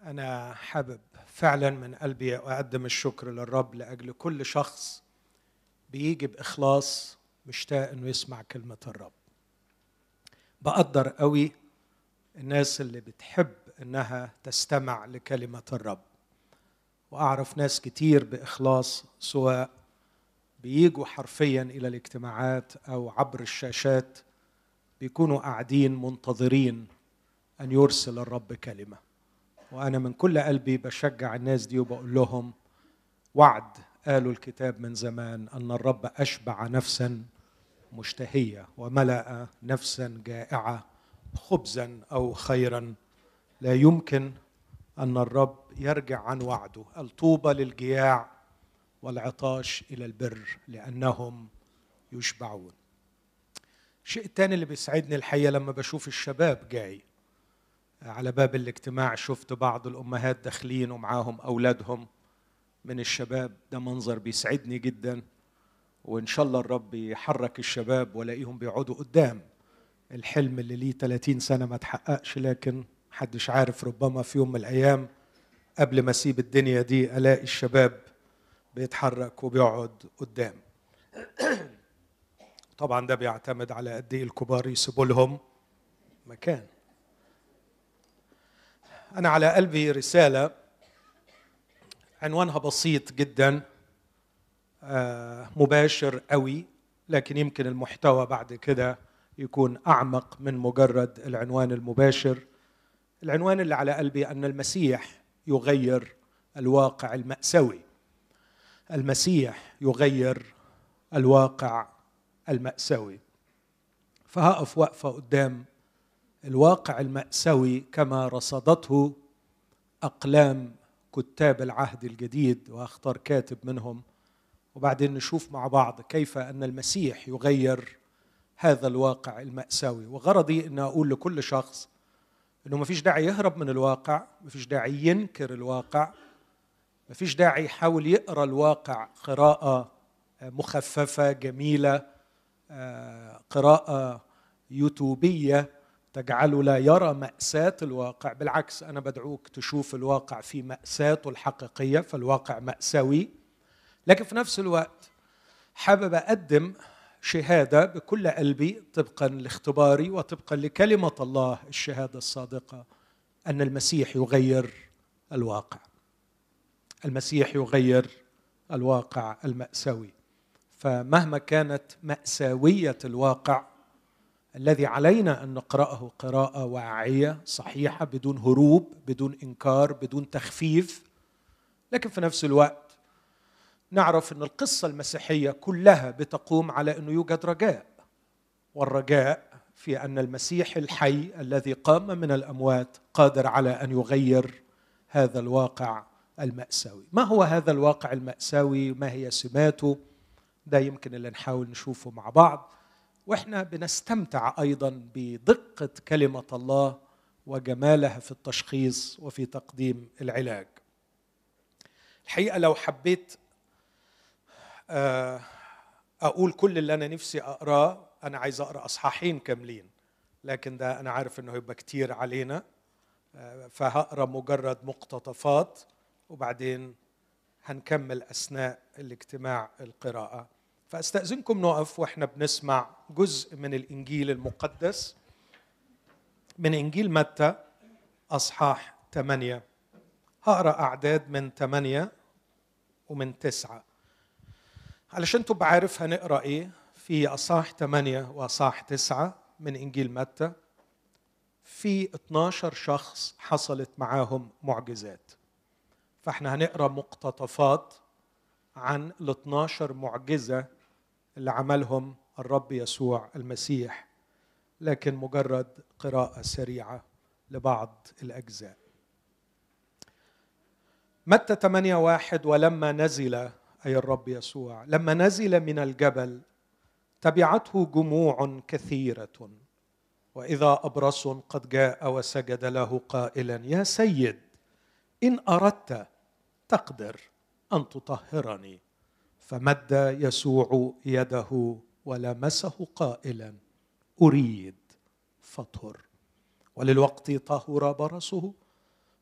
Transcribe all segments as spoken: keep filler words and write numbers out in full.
أنا حابب فعلا من قلبي أقدم الشكر للرب لأجل كل شخص بيجي بإخلاص مشتاق إنه يسمع كلمة الرب. بقدر قوي الناس اللي بتحب إنها تستمع لكلمة الرب، وأعرف ناس كتير بإخلاص سواء بيجوا حرفيا إلى الاجتماعات أو عبر الشاشات بيكونوا قاعدين منتظرين أن يرسل الرب كلمة. وأنا من كل قلبي بشجع الناس دي وبقول لهم وعد قالوا الكتاب من زمان أن الرب أشبع نفسا مشتهية وملأ نفسا جائعة خبزا أو خيرا. لا يمكن أن الرب يرجع عن وعده. الطوبى للجياع والعطاش إلى البر لأنهم يشبعون. الشيء الثاني اللي بيسعدني الحقيقة لما بشوف الشباب جاي على باب الاجتماع، شفت بعض الأمهات داخلين ومعاهم أولادهم من الشباب، ده منظر بيسعدني جدا. وإن شاء الله الرب يحرك الشباب ولاقيهم بيقعدوا قدام الحلم اللي ليه ثلاثين سنة ما تحققش، لكن محدش عارف، ربما في يوم من الأيام قبل ما أسيب الدنيا دي ألاقي الشباب بيتحرك وبيقعد قدام. طبعا ده بيعتمد على قد إيه الكبار يسيبوا لهم مكان. أنا على قلبي رسالة عنوانها بسيط جدا، مباشر قوي، لكن يمكن المحتوى بعد كده يكون أعمق من مجرد العنوان المباشر. العنوان اللي على قلبي أن المسيح يغير الواقع المأساوي. المسيح يغير الواقع المأساوي. فهقف وقفة قدام الواقع المأساوي كما رصدته أقلام كتاب العهد الجديد، وأختار كاتب منهم، وبعدين نشوف مع بعض كيف أن المسيح يغير هذا الواقع المأساوي. وغرضي أن أقول لكل شخص أنه مفيش داعي يهرب من الواقع، مفيش داعي ينكر الواقع، مفيش داعي يحاول يقرأ الواقع قراءة مخففة جميلة، قراءة يوتيوبية تجعله لا يرى مأساة الواقع. بالعكس، أنا بدعوك تشوف الواقع في مأساته الحقيقية، فالواقع مأساوي، لكن في نفس الوقت حابب أقدم شهادة بكل قلبي طبقا لاختباري وطبقا لكلمة الله الشهادة الصادقة أن المسيح يغير الواقع. المسيح يغير الواقع المأساوي. فمهما كانت مأساوية الواقع الذي علينا أن نقرأه قراءة واعية صحيحة بدون هروب، بدون إنكار، بدون تخفيف، لكن في نفس الوقت نعرف أن القصة المسيحية كلها بتقوم على أنه يوجد رجاء، والرجاء في أن المسيح الحي الذي قام من الأموات قادر على أن يغير هذا الواقع المأساوي. ما هو هذا الواقع المأساوي؟ ما هي سماته؟ ده يمكن اللي نحاول نشوفه مع بعض، وإحنا بنستمتع أيضا بدقة كلمة الله وجمالها في التشخيص وفي تقديم العلاج. الحقيقة لو حبيت أقول كل اللي أنا نفسي أقرأ، أنا عايز أقرأ أصحاحين كاملين، لكن ده أنا عارف أنه يبقى كتير علينا، فهقرأ مجرد مقتطفات وبعدين هنكمل أثناء الاجتماع القراءة. فأستأذنكم نقف وإحنا بنسمع جزء من الإنجيل المقدس من إنجيل متى أصحاح ثمانية. هقرأ أعداد من ثمانية ومن تسعة علشان تبقى عارف هنقرأ إيه في أصحاح ثمانية وأصحاح تسعة من إنجيل متى. في اثناشر شخص حصلت معاهم معجزات، فإحنا هنقرأ مقتطفات عن ال اثناشر معجزة اللي عملهم الرب يسوع المسيح، لكن مجرد قراءة سريعة لبعض الأجزاء. متى ثمانية واحد: ولما نزل، أي الرب يسوع لما نزل من الجبل تبعته جموع كثيرة، وإذا أبرص قد جاء وسجد له قائلا: يا سيد، إن أردت تقدر أن تطهرني. فمد يسوع يده ولمسه قائلا: أريد، فاطهر. وللوقت طهر برصه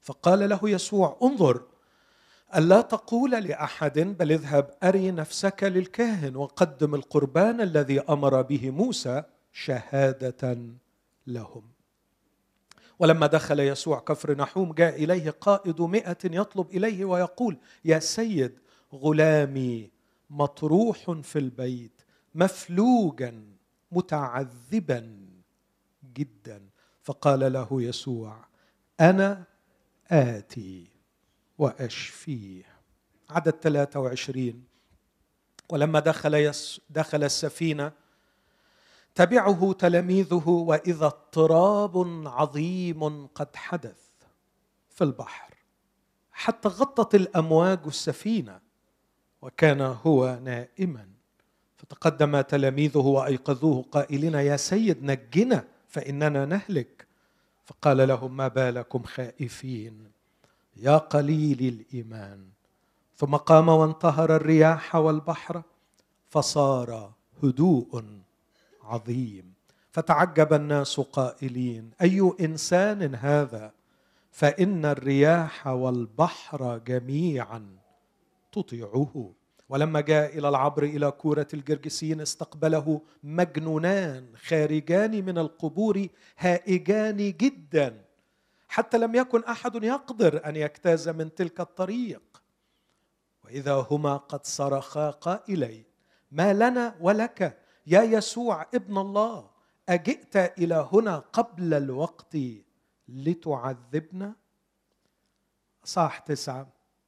فقال له يسوع: انظر، ألا تقول لأحد، بل اذهب أري نفسك للكاهن وقدم القربان الذي أمر به موسى شهادة لهم. ولما دخل يسوع كفرنحوم جاء إليه قائد مئة يطلب إليه ويقول: يا سيد، غلامي مطروح في البيت مفلوجا متعذبا جدا. فقال له يسوع: أنا آتي وأشفيه. عدد ثلاثة وعشرين. ولما دخل, يس دخل السفينة تبعه تلاميذه، وإذا اضطراب عظيم قد حدث في البحر حتى غطت الأمواج السفينة، وكان هو نائما. فتقدم تلاميذه وأيقظوه قائلين: يا سيد، نجنا فإننا نهلك. فقال لهم: ما بالكم خائفين يا قليل الإيمان؟ ثم قام وانتهر الرياح والبحر فصار هدوء عظيم. فتعجب الناس قائلين: أي إنسان هذا؟ فإن الرياح والبحر جميعا تطيعه. ولما جاء إلى العبر إلى كورة الجرجسين استقبله مجنونان خارجان من القبور هائجان جدا، حتى لم يكن أحد يقدر أن يجتاز من تلك الطريق. وإذا هما قد صرخا قائلين: ما لنا ولك يا يسوع ابن الله؟ أجئت إلى هنا قبل الوقت لتعذبنا؟ صح تسعة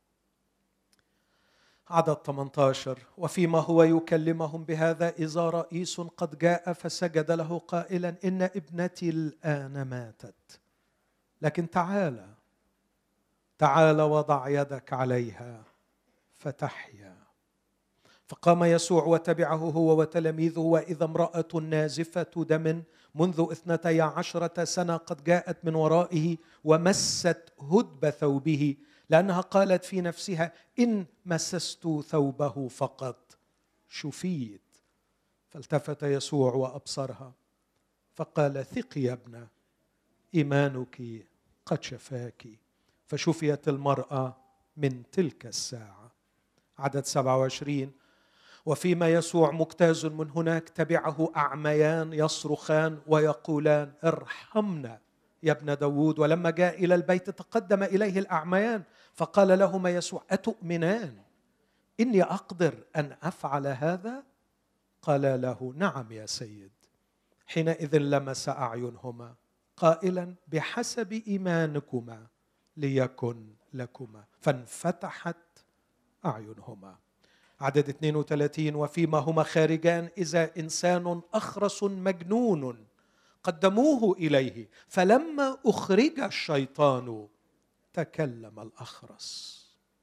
عدد ثمانية عشر. وفيما هو يكلمهم بهذا إذا رئيس قد جاء فسجد له قائلا: إن ابنتي الآن ماتت، لكن تعال تعال وضع يدك عليها فتحيا. فقام يسوع وتبعه هو وتلاميذه، وإذا امرأة نازفة دم منذ اثنتي عشرة سنة قد جاءت من ورائه ومست هدب ثوبه، لأنها قالت في نفسها: إن مسست ثوبه فقط شفيت. فالتفت يسوع وأبصرها فقال: ثقي يا ابنة، إيمانك قد شفاك. فشفيت المرأة من تلك الساعة. عدد سبعة وعشرين. وفيما يسوع مجتاز من هناك تبعه أعميان يصرخان ويقولان: ارحمنا يا ابن داود. ولما جاء إلى البيت تقدم إليه الأعميان فقال لهما يسوع: أتؤمنان إني أقدر أن أفعل هذا؟ قال له: نعم يا سيد. حينئذ لمس أعينهما قائلا: بحسب إيمانكما ليكن لكما. فانفتحت أعينهما. عدد اثنين وثلاثين. وفيما هما خارجان إذا إنسان أخرس مجنون قدموه إليه، فلما أخرج الشيطان تكلم الأخرس.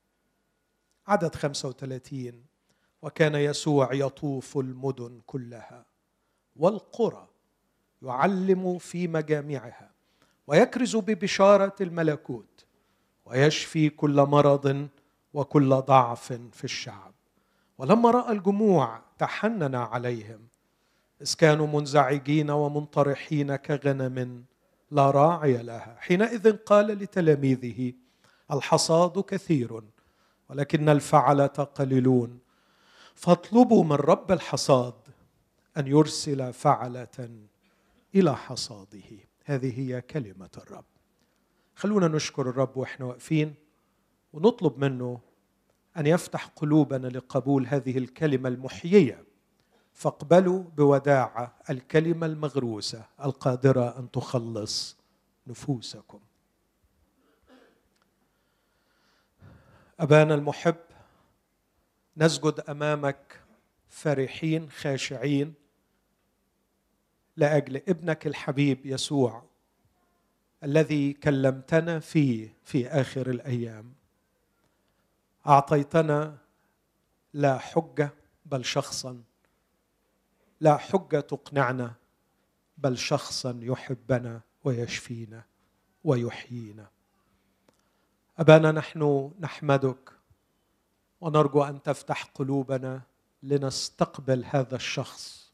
عدد خمسة وثلاثين. وكان يسوع يطوف المدن كلها والقرى يعلم في مجامعها ويكرز ببشارة الملكوت ويشفي كل مرض وكل ضعف في الشعب. ولما رأى الجموع تحنن عليهم، إذ كانوا منزعجين ومنطرحين كغنم لا راعي لها. حينئذ قال لتلاميذه: الحصاد كثير ولكن الفعلة قليلون، فاطلبوا من رب الحصاد أن يرسل فعلة إلى حصاده. هذه هي كلمة الرب. خلونا نشكر الرب وإحنا واقفين ونطلب منه أن يفتح قلوبنا لقبول هذه الكلمة المحيية. فاقبلوا بوداعة الكلمة المغروسة القادرة أن تخلص نفوسكم. أبانا المحب، نسجد أمامك فرحين خاشعين لأجل ابنك الحبيب يسوع الذي كلمتنا فيه في آخر الأيام. أعطيتنا لا حجة بل شخصا، لا حجة تقنعنا بل شخصا يحبنا ويشفينا ويحيينا. أبانا، نحن نحمدك ونرجو أن تفتح قلوبنا لنستقبل هذا الشخص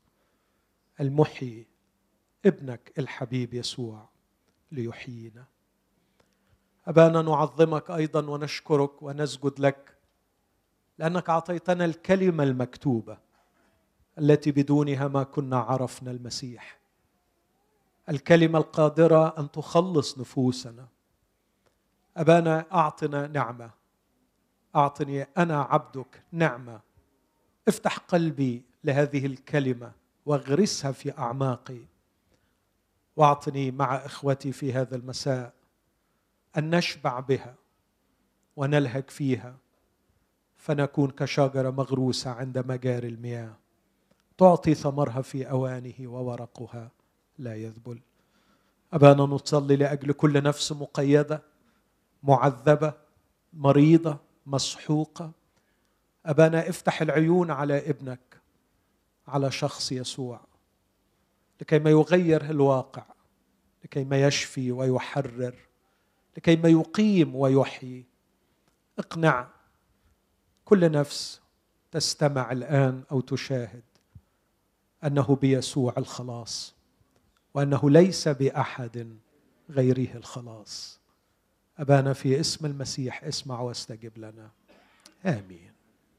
المحيي، ابنك الحبيب يسوع، ليحيينا. أبانا نعظمك أيضا ونشكرك ونسجد لك لأنك أعطيتنا الكلمة المكتوبة التي بدونها ما كنا عرفنا المسيح، الكلمة القادرة أن تخلص نفوسنا. أبانا أعطنا نعمة، أعطني أنا عبدك نعمة، افتح قلبي لهذه الكلمة واغرسها في أعماقي، واعطني مع إخوتي في هذا المساء أن نشبع بها ونلهج فيها، فنكون كشجرة مغروسة عند مجاري المياه تعطي ثمرها في أوانه وورقها لا يذبل. أبانا نصلي لأجل كل نفس مقيدة، معذبة، مريضة، مسحوقة. أبانا افتح العيون على ابنك، على شخص يسوع، لكي ما يغير الواقع، لكي ما يشفي ويحرر، لكي ما يقيم ويحيي. اقنع كل نفس تستمع الآن أو تشاهد أنه بيسوع الخلاص، وأنه ليس بأحد غيره الخلاص. أبانا في اسم المسيح اسمع واستجب لنا، آمين.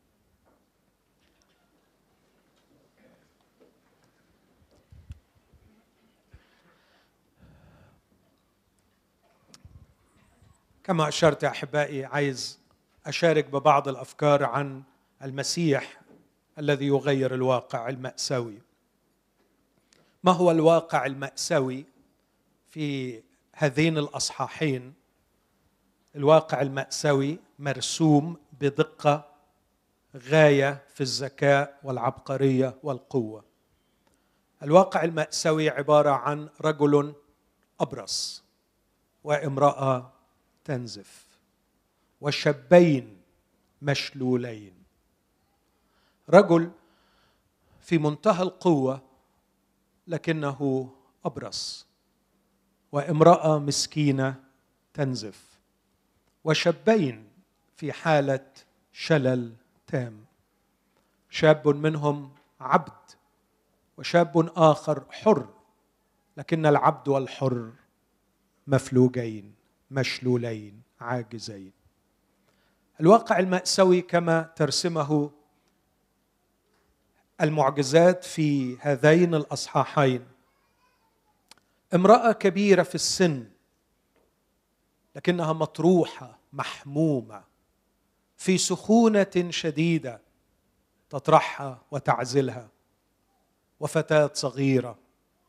كما أشرت يا أحبائي، عايز أشارك ببعض الأفكار عن المسيح الذي يغير الواقع المأساوي. ما هو الواقع المأساوي في هذين الأصحاحين؟ الواقع المأساوي مرسوم بدقة غاية في الذكاء والعبقرية والقوة. الواقع المأساوي عبارة عن رجل أبرص وامرأة تنزف وشابين مشلولين. رجل في منتهى القوة لكنه أبرص، وامرأة مسكينة تنزف، وشابين في حالة شلل تام. شاب منهم عبد وشاب آخر حر، لكن العبد والحر مفلوجين مشلولين عاجزين. الواقع المأساوي كما ترسمه المعجزات في هذين الأصحاحين: امرأة كبيرة في السن لكنها مطروحة محمومة في سخونة شديدة تطرحها وتعزلها، وفتاة صغيرة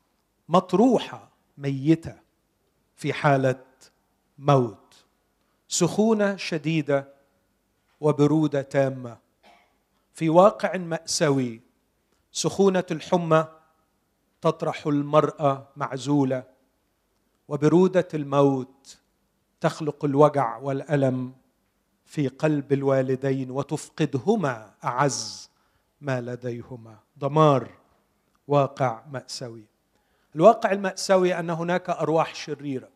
مطروحة ميتة في حالة موت، سخونة شديدة وبرودة تامة. في واقع مأساوي سخونة الحمى تطرح المرأة معزولة، وبرودة الموت تخلق الوجع والألم في قلب الوالدين وتفقدهما أعز ما لديهما. دمار، واقع مأساوي. الواقع المأساوي أن هناك أرواح شريرة،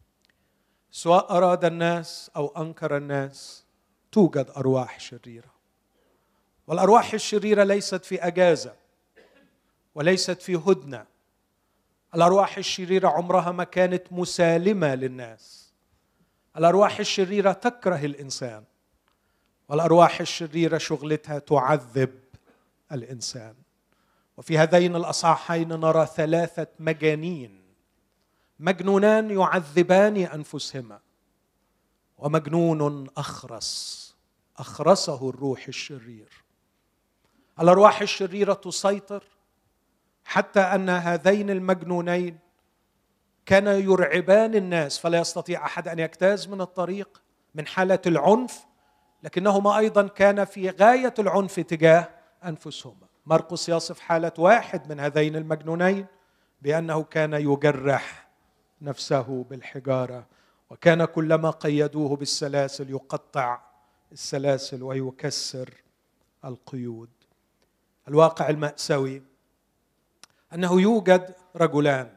سواء أراد الناس أو أنكر الناس توجد أرواح شريرة. والأرواح الشريرة ليست في أجازة وليست في هدنة. الأرواح الشريرة عمرها ما كانت مسالمة للناس. الأرواح الشريرة تكره الإنسان، والأرواح الشريرة شغلتها تعذب الإنسان. وفي هذين الأصحاحين نرى ثلاثة مجانين، مجنونان يعذبان أنفسهما، ومجنون أخرس أخرسه الروح الشرير. الأرواح الشريرة تسيطر حتى أن هذين المجنونين كان يرعبان الناس، فلا يستطيع أحد أن يجتاز من الطريق من حالة العنف، لكنهما أيضا كان في غاية العنف تجاه أنفسهما. مرقس يصف حالة واحد من هذين المجنونين بأنه كان يجرح نفسه بالحجارة، وكان كلما قيدوه بالسلاسل يقطع السلاسل ويكسر القيود. الواقع المأساوي أنه يوجد رجلان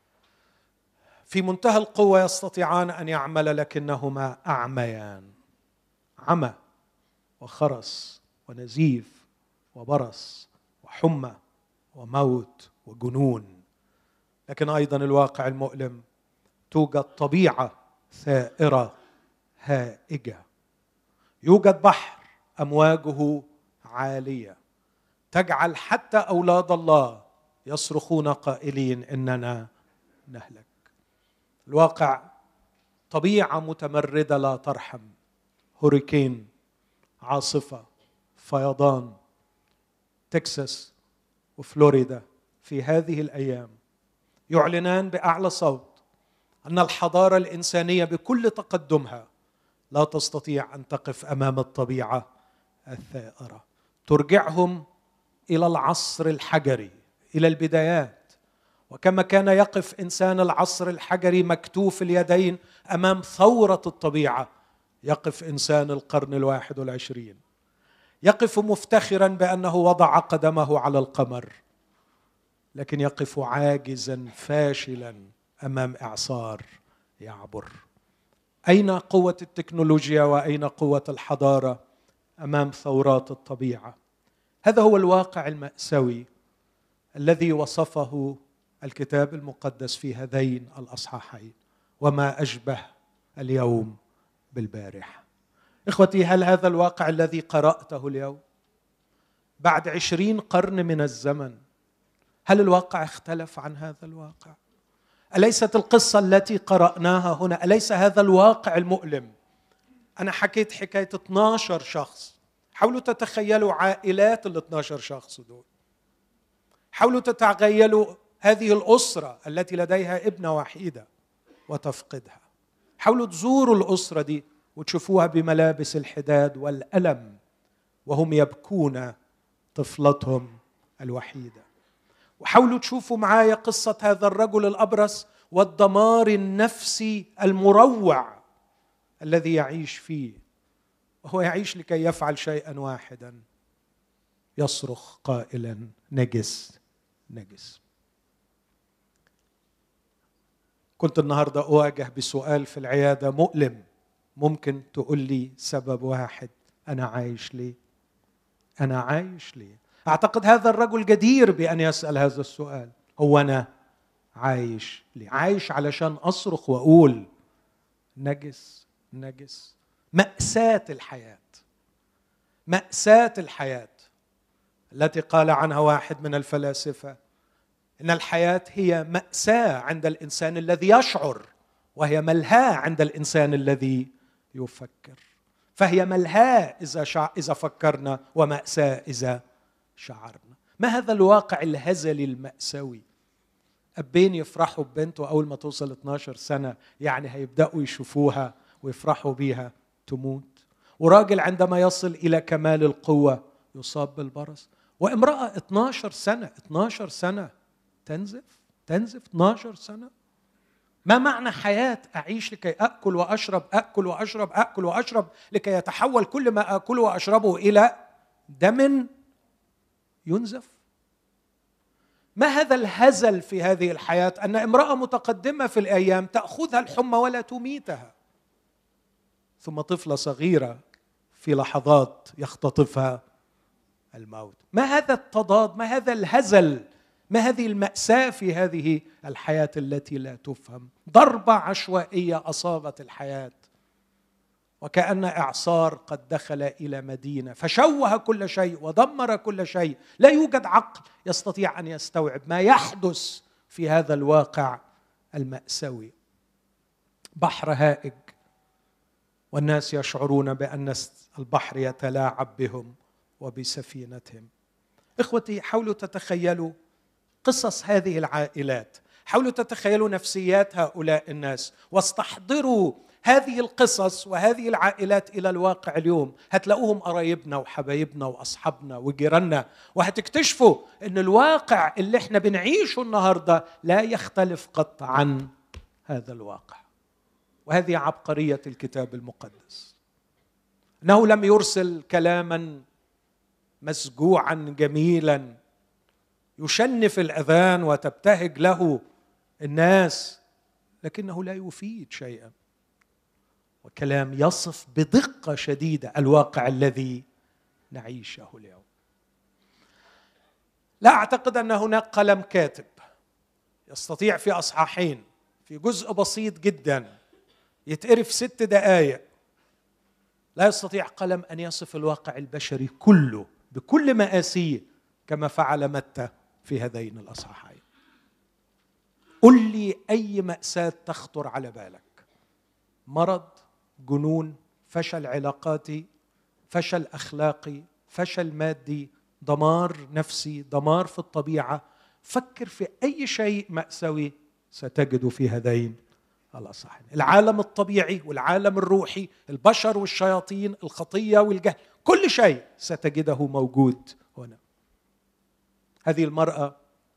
في منتهى القوة يستطيعان أن يعمل، لكنهما أعميان، عمى وخرس ونزيف وبرص وحمى وموت وجنون. لكن أيضا الواقع المؤلم توجد طبيعة ثائرة هائجة، يوجد بحر أمواجه عالية تجعل حتى أولاد الله يصرخون قائلين إننا نهلك. الواقع طبيعة متمردة لا ترحم، هوريكين، عاصفة، فيضان، تكساس وفلوريدا في هذه الأيام يعلنان بأعلى صوت أن الحضارة الإنسانية بكل تقدمها لا تستطيع أن تقف أمام الطبيعة الثائرة، ترجعهم إلى العصر الحجري، إلى البدايات. وكما كان يقف إنسان العصر الحجري مكتوف اليدين أمام ثورة الطبيعة، يقف إنسان القرن الواحد والعشرين يقف مفتخرا بأنه وضع قدمه على القمر، لكن يقف عاجزا فاشلا أمام إعصار يعبر. أين قوة التكنولوجيا وأين قوة الحضارة أمام ثورات الطبيعة؟ هذا هو الواقع المأساوي الذي وصفه الكتاب المقدس في هذين الأصحاحين، وما أشبه اليوم بالبارحة. إخوتي، هل هذا الواقع الذي قرأته اليوم بعد عشرين قرن من الزمن، هل الواقع اختلف عن هذا الواقع؟ أليست القصة التي قرأناها هنا، أليس هذا الواقع المؤلم؟ أنا حكيت حكاية اثني عشر شخص، حاولوا تتخيلوا عائلات ال اثني عشر شخص دول، حاولوا تتخيلوا هذه الأسرة التي لديها ابنة وحيدة وتفقدها، حاولوا تزوروا الأسرة دي وتشوفوها بملابس الحداد والألم وهم يبكون طفلتهم الوحيدة، وحاولوا تشوفوا معايا قصة هذا الرجل الأبرص والدمار النفسي المروع الذي يعيش فيه، وهو يعيش لكي يفعل شيئا واحدا، يصرخ قائلا نجس نجس. كنت النهاردة أواجه بسؤال في العيادة مؤلم، ممكن تقول لي سبب واحد أنا عايش ليه؟ أنا عايش ليه؟ أعتقد هذا الرجل جدير بأن يسأل هذا السؤال، هو أنا عايش ليه؟ عايش علشان أصرخ وأقول نجس نجس. مأساة الحياة، مأساة الحياة التي قال عنها واحد من الفلاسفة إن الحياة هي مأساة عند الإنسان الذي يشعر، وهي ملهاة عند الإنسان الذي يفكر. فهي ملهاة إذا شع... إذا فكرنا، ومأساة إذا شعرنا. ما هذا الواقع الهزلي المأساوي؟ أبين يفرحوا ببنته أول ما توصل اثني عشر سنة، يعني هيبدأوا يشوفوها ويفرحوا بيها تموت، وراجل عندما يصل إلى كمال القوة يصاب بالبرص، وامرأة اثني عشر سنة اثني عشر سنة تنزف تنزف اثني عشر سنة. ما معنى حياة أعيش لكي أكل وأشرب أكل وأشرب أكل وأشرب لكي يتحول كل ما أكل وأشربه إلى دم ينزف؟ ما هذا الهزل في هذه الحياة أن امرأة متقدمة في الأيام تأخذها الحمى ولا تميتها، ثم طفلة صغيرة في لحظات يختطفها الموت؟ ما هذا التضاد؟ ما هذا الهزل؟ ما هذه المأساة في هذه الحياة التي لا تفهم؟ ضربة عشوائية أصابت الحياة، وكأن إعصار قد دخل إلى مدينة فشوه كل شيء ودمر كل شيء. لا يوجد عقل يستطيع أن يستوعب ما يحدث في هذا الواقع المأساوي. بحر هائج، والناس يشعرون بأن البحر يتلاعب بهم وبسفينتهم. إخوتي، حاولوا تتخيلوا قصص هذه العائلات، حاولوا تتخيلوا نفسيات هؤلاء الناس، واستحضروا هذه القصص وهذه العائلات إلى الواقع اليوم. هتلاقوهم قرايبنا وحبايبنا وأصحابنا وجيراننا، وهتكتشفوا أن الواقع اللي احنا بنعيشه النهاردة لا يختلف قط عن هذا الواقع. وهذه عبقرية الكتاب المقدس، أنه لم يرسل كلاما مسجوعا جميلا يشنف الأذان وتبتهج له الناس، لكنه لا يفيد شيئا، وكلام يصف بدقة شديدة الواقع الذي نعيشه اليوم. لا أعتقد أن هناك قلم كاتب يستطيع في أصحاحين، في جزء بسيط جدا يتقري في ست دقائق، لا يستطيع قلم أن يصف الواقع البشري كله بكل مآسيه كما فعل متى في هذين الأصحاحين. قل لي أي مأساة تخطر على بالك، مرض، جنون، فشل علاقاتي، فشل أخلاقي، فشل مادي، دمار نفسي، دمار في الطبيعة. فكر في أي شيء مأساوي ستجد في هذين الأصحاحين. العالم الطبيعي والعالم الروحي، البشر والشياطين، الخطية والجهل، كل شيء ستجده موجود هنا. هذه المرأة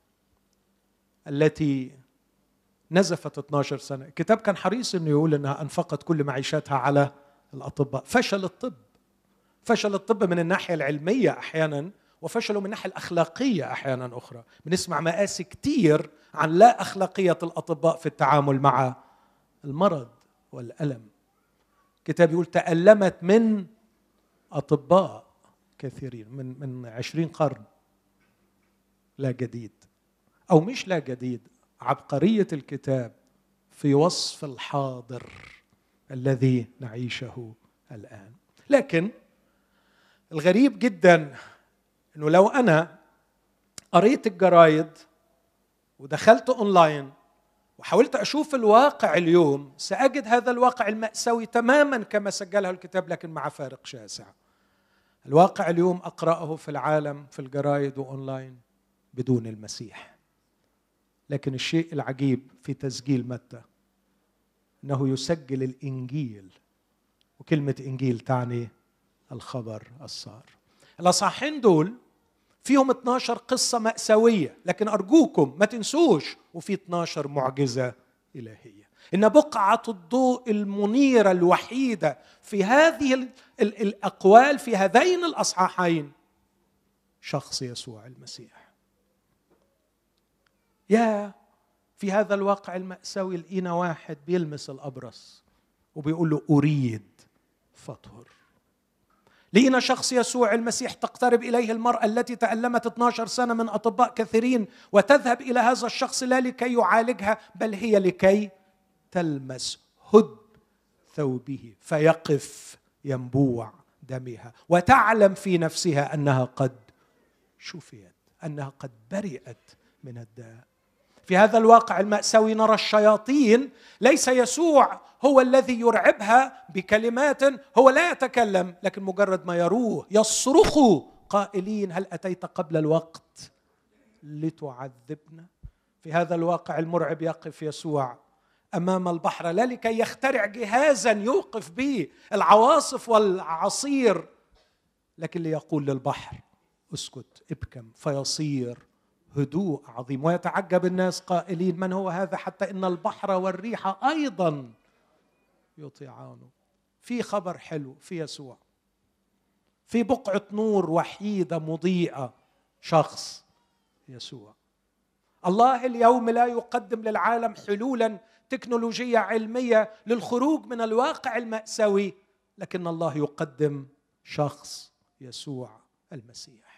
التي نزفت اثناشر سنة، الكتاب كان حريص أنه يقول أنها أنفقت كل معيشتها على الأطباء. فشل الطب، فشل الطب من الناحية العلمية أحيانا، وفشلوا من الناحية الأخلاقية أحيانا أخرى. بنسمع مآسي كتير عن لا أخلاقية الأطباء في التعامل مع المرض والألم. الكتاب يقول تألمت من أطباء كثيرين من من عشرين قرن. لا جديد، أو مش لا جديد، عبقرية الكتاب في وصف الحاضر الذي نعيشه الآن. لكن الغريب جدا أنه لو أنا قريت الجرايد ودخلت أونلاين وحاولت أشوف الواقع اليوم، سأجد هذا الواقع المأساوي تماما كما سجله الكتاب، لكن مع فارق شاسع. الواقع اليوم أقرأه في العالم في الجرايد وأونلاين بدون المسيح. لكن الشيء العجيب في تسجيل متى أنه يسجل الإنجيل، وكلمة إنجيل تعني الخبر السار. الأصحاحين دول فيهم اثناشر قصة مأساوية، لكن أرجوكم ما تنسوش وفي اثناشر معجزة إلهية. إن بقعة الضوء المنيرة الوحيدة في هذه ال ال الأقوال في هذين الأصحاحين شخص يسوع المسيح. يا في هذا الواقع المأساوي لقينا واحد بيلمس الأبرص وبيقول له أريد فاطهر. لقينا شخص يسوع المسيح تقترب إليه المرأة التي تألمت اثناشر سنة من أطباء كثيرين، وتذهب إلى هذا الشخص لا لكي يعالجها بل هي لكي تلمس هد ثوبه فيقف ينبوع دمها، وتعلم في نفسها أنها قد شفيت، أنها قد برئت من الداء. في هذا الواقع المأساوي نرى الشياطين، ليس يسوع هو الذي يرعبها بكلمات، هو لا يتكلم، لكن مجرد ما يروه يصرخوا قائلين هل أتيت قبل الوقت لتعذبنا؟ في هذا الواقع المرعب يقف يسوع أمام البحر لا لكي يخترع جهازا يوقف به العواصف والعصير، لكن ليقول للبحر اسكت ابكم فيصير هدوء عظيم. ويتعجب الناس قائلين من هو هذا حتى إن البحر والريح أيضا يطيعانه. في خبر حلو في يسوع، في بقعة نور وحيدة مضيئة، شخص يسوع. الله اليوم لا يقدم للعالم حلولا تكنولوجية علمية للخروج من الواقع المأساوي، لكن الله يقدم شخص يسوع المسيح.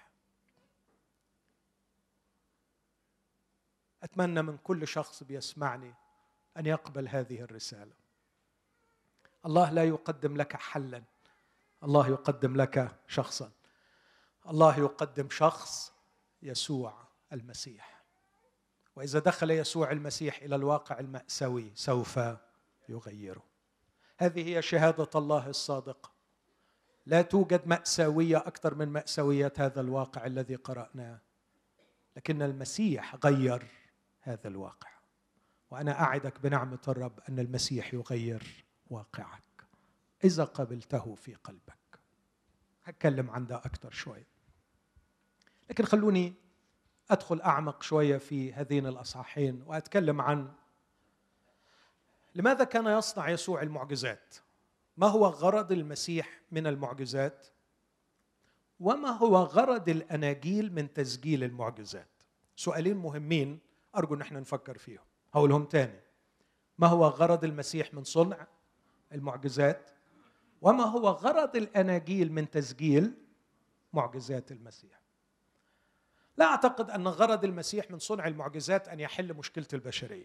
أتمنى من كل شخص بيسمعني أن يقبل هذه الرسالة. الله لا يقدم لك حلا، الله يقدم لك شخصا. الله يقدم شخص يسوع المسيح، وإذا دخل يسوع المسيح إلى الواقع المأساوي سوف يغيره. هذه هي شهادة الله الصادقة. لا توجد مأساوية أكثر من مأساوية هذا الواقع الذي قرأناه، لكن المسيح غير هذا الواقع. وأنا أعدك بنعمة الرب أن المسيح يغير واقعك إذا قبلته في قلبك. هتكلم عن ده أكثر شوية، لكن خلوني أدخل أعمق شوية في هذين الأصحاحين وأتكلم عن لماذا كان يصنع يسوع المعجزات، ما هو غرض المسيح من المعجزات، وما هو غرض الأناجيل من تسجيل المعجزات. سؤالين مهمين أرجو أن احنا نفكر فيهم. هقولهم تاني: ما هو غرض المسيح من صنع المعجزات، وما هو غرض الأناجيل من تسجيل معجزات المسيح. لا أعتقد أن غرض المسيح من صنع المعجزات أن يحل مشكلة البشرية،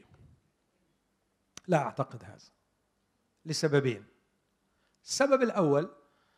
لا أعتقد هذا، لسببين. السبب الأول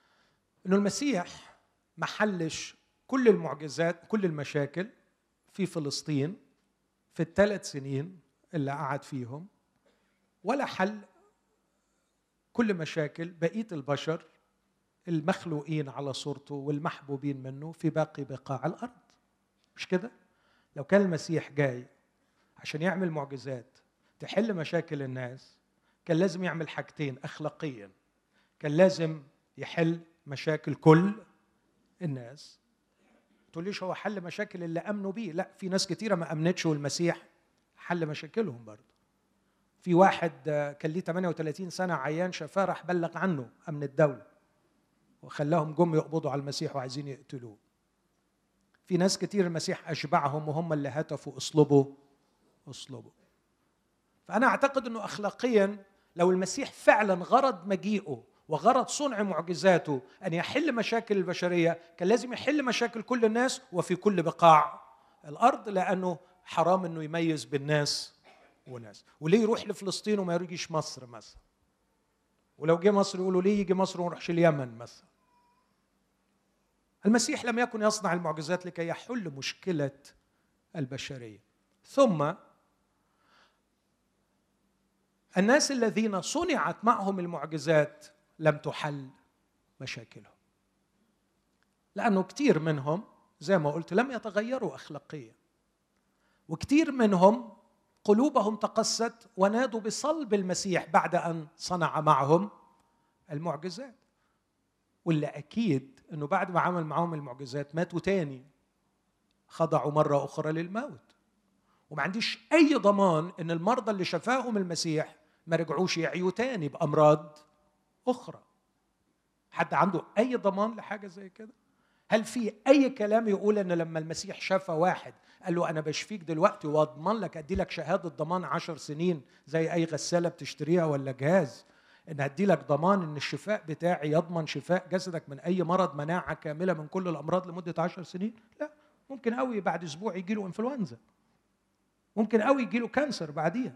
إنه المسيح ما حلش كل المعجزات كل المشاكل في فلسطين في الثلاث سنين اللي قعد فيهم، ولا حل كل مشاكل بقية البشر المخلوقين على صورته والمحبوبين منه في باقي بقاع الأرض. مش كده؟ لو كان المسيح جاي عشان يعمل معجزات تحل مشاكل الناس، كان لازم يعمل حاجتين أخلاقيا. كان لازم يحل مشاكل كل الناس. تقوليش هو حل مشاكل اللي أمنوا بيه، لا، في ناس كتيرة ما أمنتش والمسيح حل مشاكلهم برضه. في واحد كان ليه ثمانية وثلاثين سنة عيان شفاه، راح بلغ عنه أمن الدولة وخلاهم جم يقبضوا على المسيح وعايزين يقتلوه. في ناس كتير المسيح أشبعهم وهم اللي هتفوا اصلبوا اصلبوا. فأنا أعتقد أنه أخلاقيا لو المسيح فعلا غرض مجيئه وغرض صنع معجزاته أن يحل مشاكل البشرية، كان لازم يحل مشاكل كل الناس وفي كل بقاع الأرض، لأنه حرام أنه يميز بالناس وناس. وليه يروح لفلسطين وما يجيش مصر مثلا؟ ولو جه مصر يقولوا ليه يجي مصر وما يروحش اليمن مثلا؟ المسيح لم يكن يصنع المعجزات لكي يحل مشكلة البشرية. ثم الناس الذين صنعت معهم المعجزات لم تحل مشاكلهم، لأنه كتير منهم زي ما قلت لم يتغيروا أخلاقيا، وكتير منهم قلوبهم تقست ونادوا بصلب المسيح بعد أن صنع معهم المعجزات. واللي أكيد أنه بعد ما عمل معهم المعجزات ماتوا تاني، خضعوا مرة أخرى للموت. وما عنديش أي ضمان أن المرضى اللي شفاهم المسيح ما رجعوش يعيوا تاني بأمراض أخرى. حد عنده أي ضمان لحاجة زي كده؟ هل في أي كلام يقول أن لما المسيح شفى واحد قال له أنا بشفيك دلوقتي وأضمن لك أدي لك شهادة ضمان عشر سنين زي أي غسالة بتشتريها ولا جهاز، إن هدي لك ضمان إن الشفاء بتاعي يضمن شفاء جسدك من أي مرض، مناعة كاملة من كل الأمراض لمدة عشر سنين؟ لا، ممكن قوي بعد أسبوع يجي له إنفلونزا، ممكن قوي يجي له كانسر بعديها.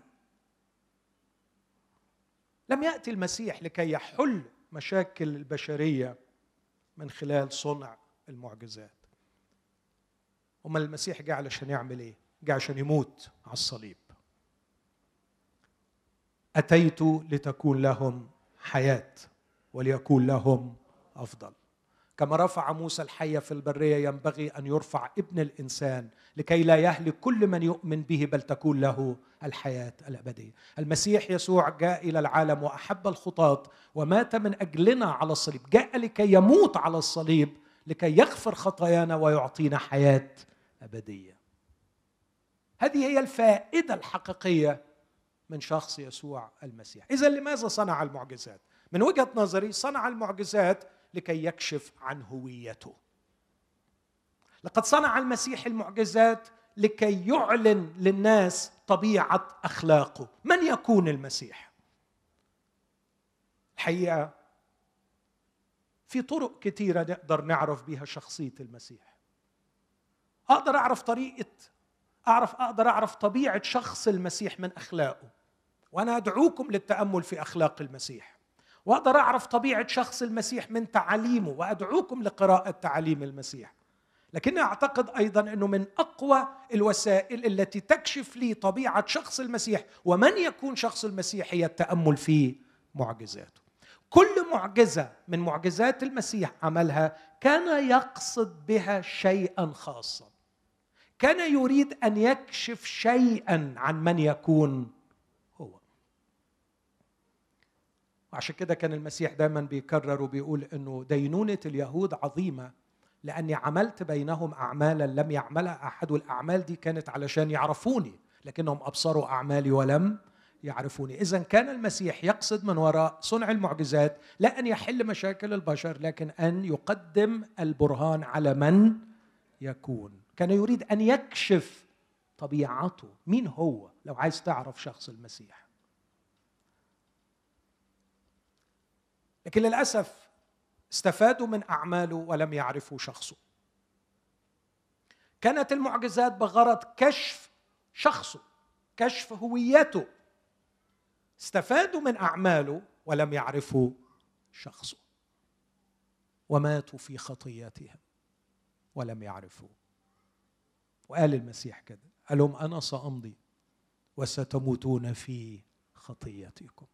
لم يأتي المسيح لكي يحل مشاكل البشرية من خلال صنع المعجزات. أما المسيح جاء علشان يعمل إيه؟ جاء عشان يموت على الصليب. أتيت لتكون لهم حياة وليكون لهم أفضل. كما رفع موسى الحية في البرية ينبغي أن يرفع ابن الإنسان لكي لا يهلك كل من يؤمن به بل تكون له الحياة الأبدية. المسيح يسوع جاء إلى العالم وأحب الخطاة ومات من أجلنا على الصليب، جاء لكي يموت على الصليب لكي يغفر خطايانا ويعطينا حياة أبدية. هذه هي الفائدة الحقيقية من شخص يسوع المسيح. إذن لماذا صنع المعجزات؟ من وجهة نظري صنع المعجزات لكي يكشف عن هويته. لقد صنع المسيح المعجزات لكي يعلن للناس طبيعة أخلاقه. من يكون المسيح؟ الحقيقة في طرق كثيرة نقدر نعرف بها شخصية المسيح. أقدر أعرف طريقة أعرف أقدر أعرف طبيعة شخص المسيح من أخلاقه، وأنا أدعوكم للتأمل في أخلاق المسيح. وأقدر أعرف طبيعة شخص المسيح من تعاليمه، وأدعوكم لقراءة تعاليم المسيح. لكن أعتقد أيضاً أنه من أقوى الوسائل التي تكشف لي طبيعة شخص المسيح ومن يكون شخص المسيح هي التأمل في معجزاته. كل معجزة من معجزات المسيح عملها كان يقصد بها شيئاً خاصاً، كان يريد أن يكشف شيئاً عن من يكون هو. وعشان كده كان المسيح دايماً بيكرر وبيقول أنه دينونة اليهود عظيمة لأني عملت بينهم أعمالا لم يعملها أحد، والأعمال دي كانت علشان يعرفوني لكنهم أبصروا أعمالي ولم يعرفوني. إذن كان المسيح يقصد من وراء صنع المعجزات لا أن يحل مشاكل البشر لكن أن يقدم البرهان على من يكون. كان يريد أن يكشف طبيعته، مين هو. لو عايز تعرف شخص المسيح، لكن للأسف استفادوا من أعماله ولم يعرفوا شخصه. كانت المعجزات بغرض كشف شخصه، كشف هويته. استفادوا من أعماله ولم يعرفوا شخصه. وماتوا في خطياتهم ولم يعرفوا. وقال المسيح كده، قال لهم أنا سأمضي وستموتون في خطيتكم.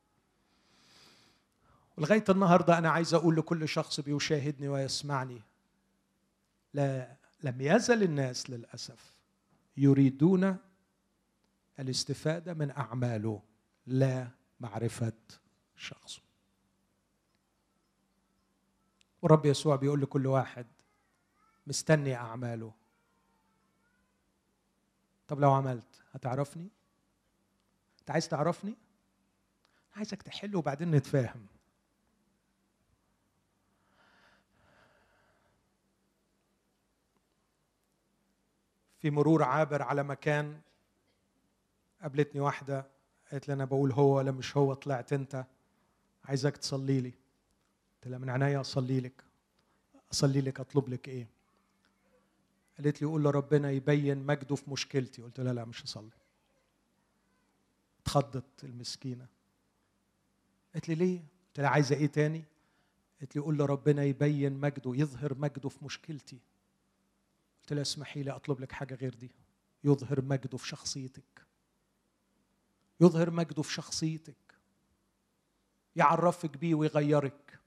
ولغاية النهاردة أنا عايز أقول لكل شخص بيشاهدني ويسمعني، لا لم يزل الناس للأسف يريدون الاستفادة من أعماله لا معرفة شخصه. ورب يسوع بيقول لكل واحد مستني أعماله. طب لو عملت هتعرفني؟ أنت عايز تعرفني؟ عايزك تحل وبعدين نتفاهم. في مرور عابر على مكان قابلتني واحدة قالت لي أنا بقول هو ولا مش هو، طلعت أنت، عايزك تصلي لي. قلت لها من عينيا أصلي لك. أصلي لك أطلب لك إيه؟ قالت لي قول لربنا يبين مجده في مشكلتي. قلت لها لا مش هصلي. اتخضت المسكينة، قالت لي ليه؟ قلت لها عايزة إيه تاني؟ قالت لي قول لربنا يبين مجده، يظهر مجده في مشكلتي. قلت لها اسمحي لي أطلب لك حاجة غير دي، يظهر مجده في شخصيتك، يظهر مجده في شخصيتك، يعرفك بيه ويغيرك،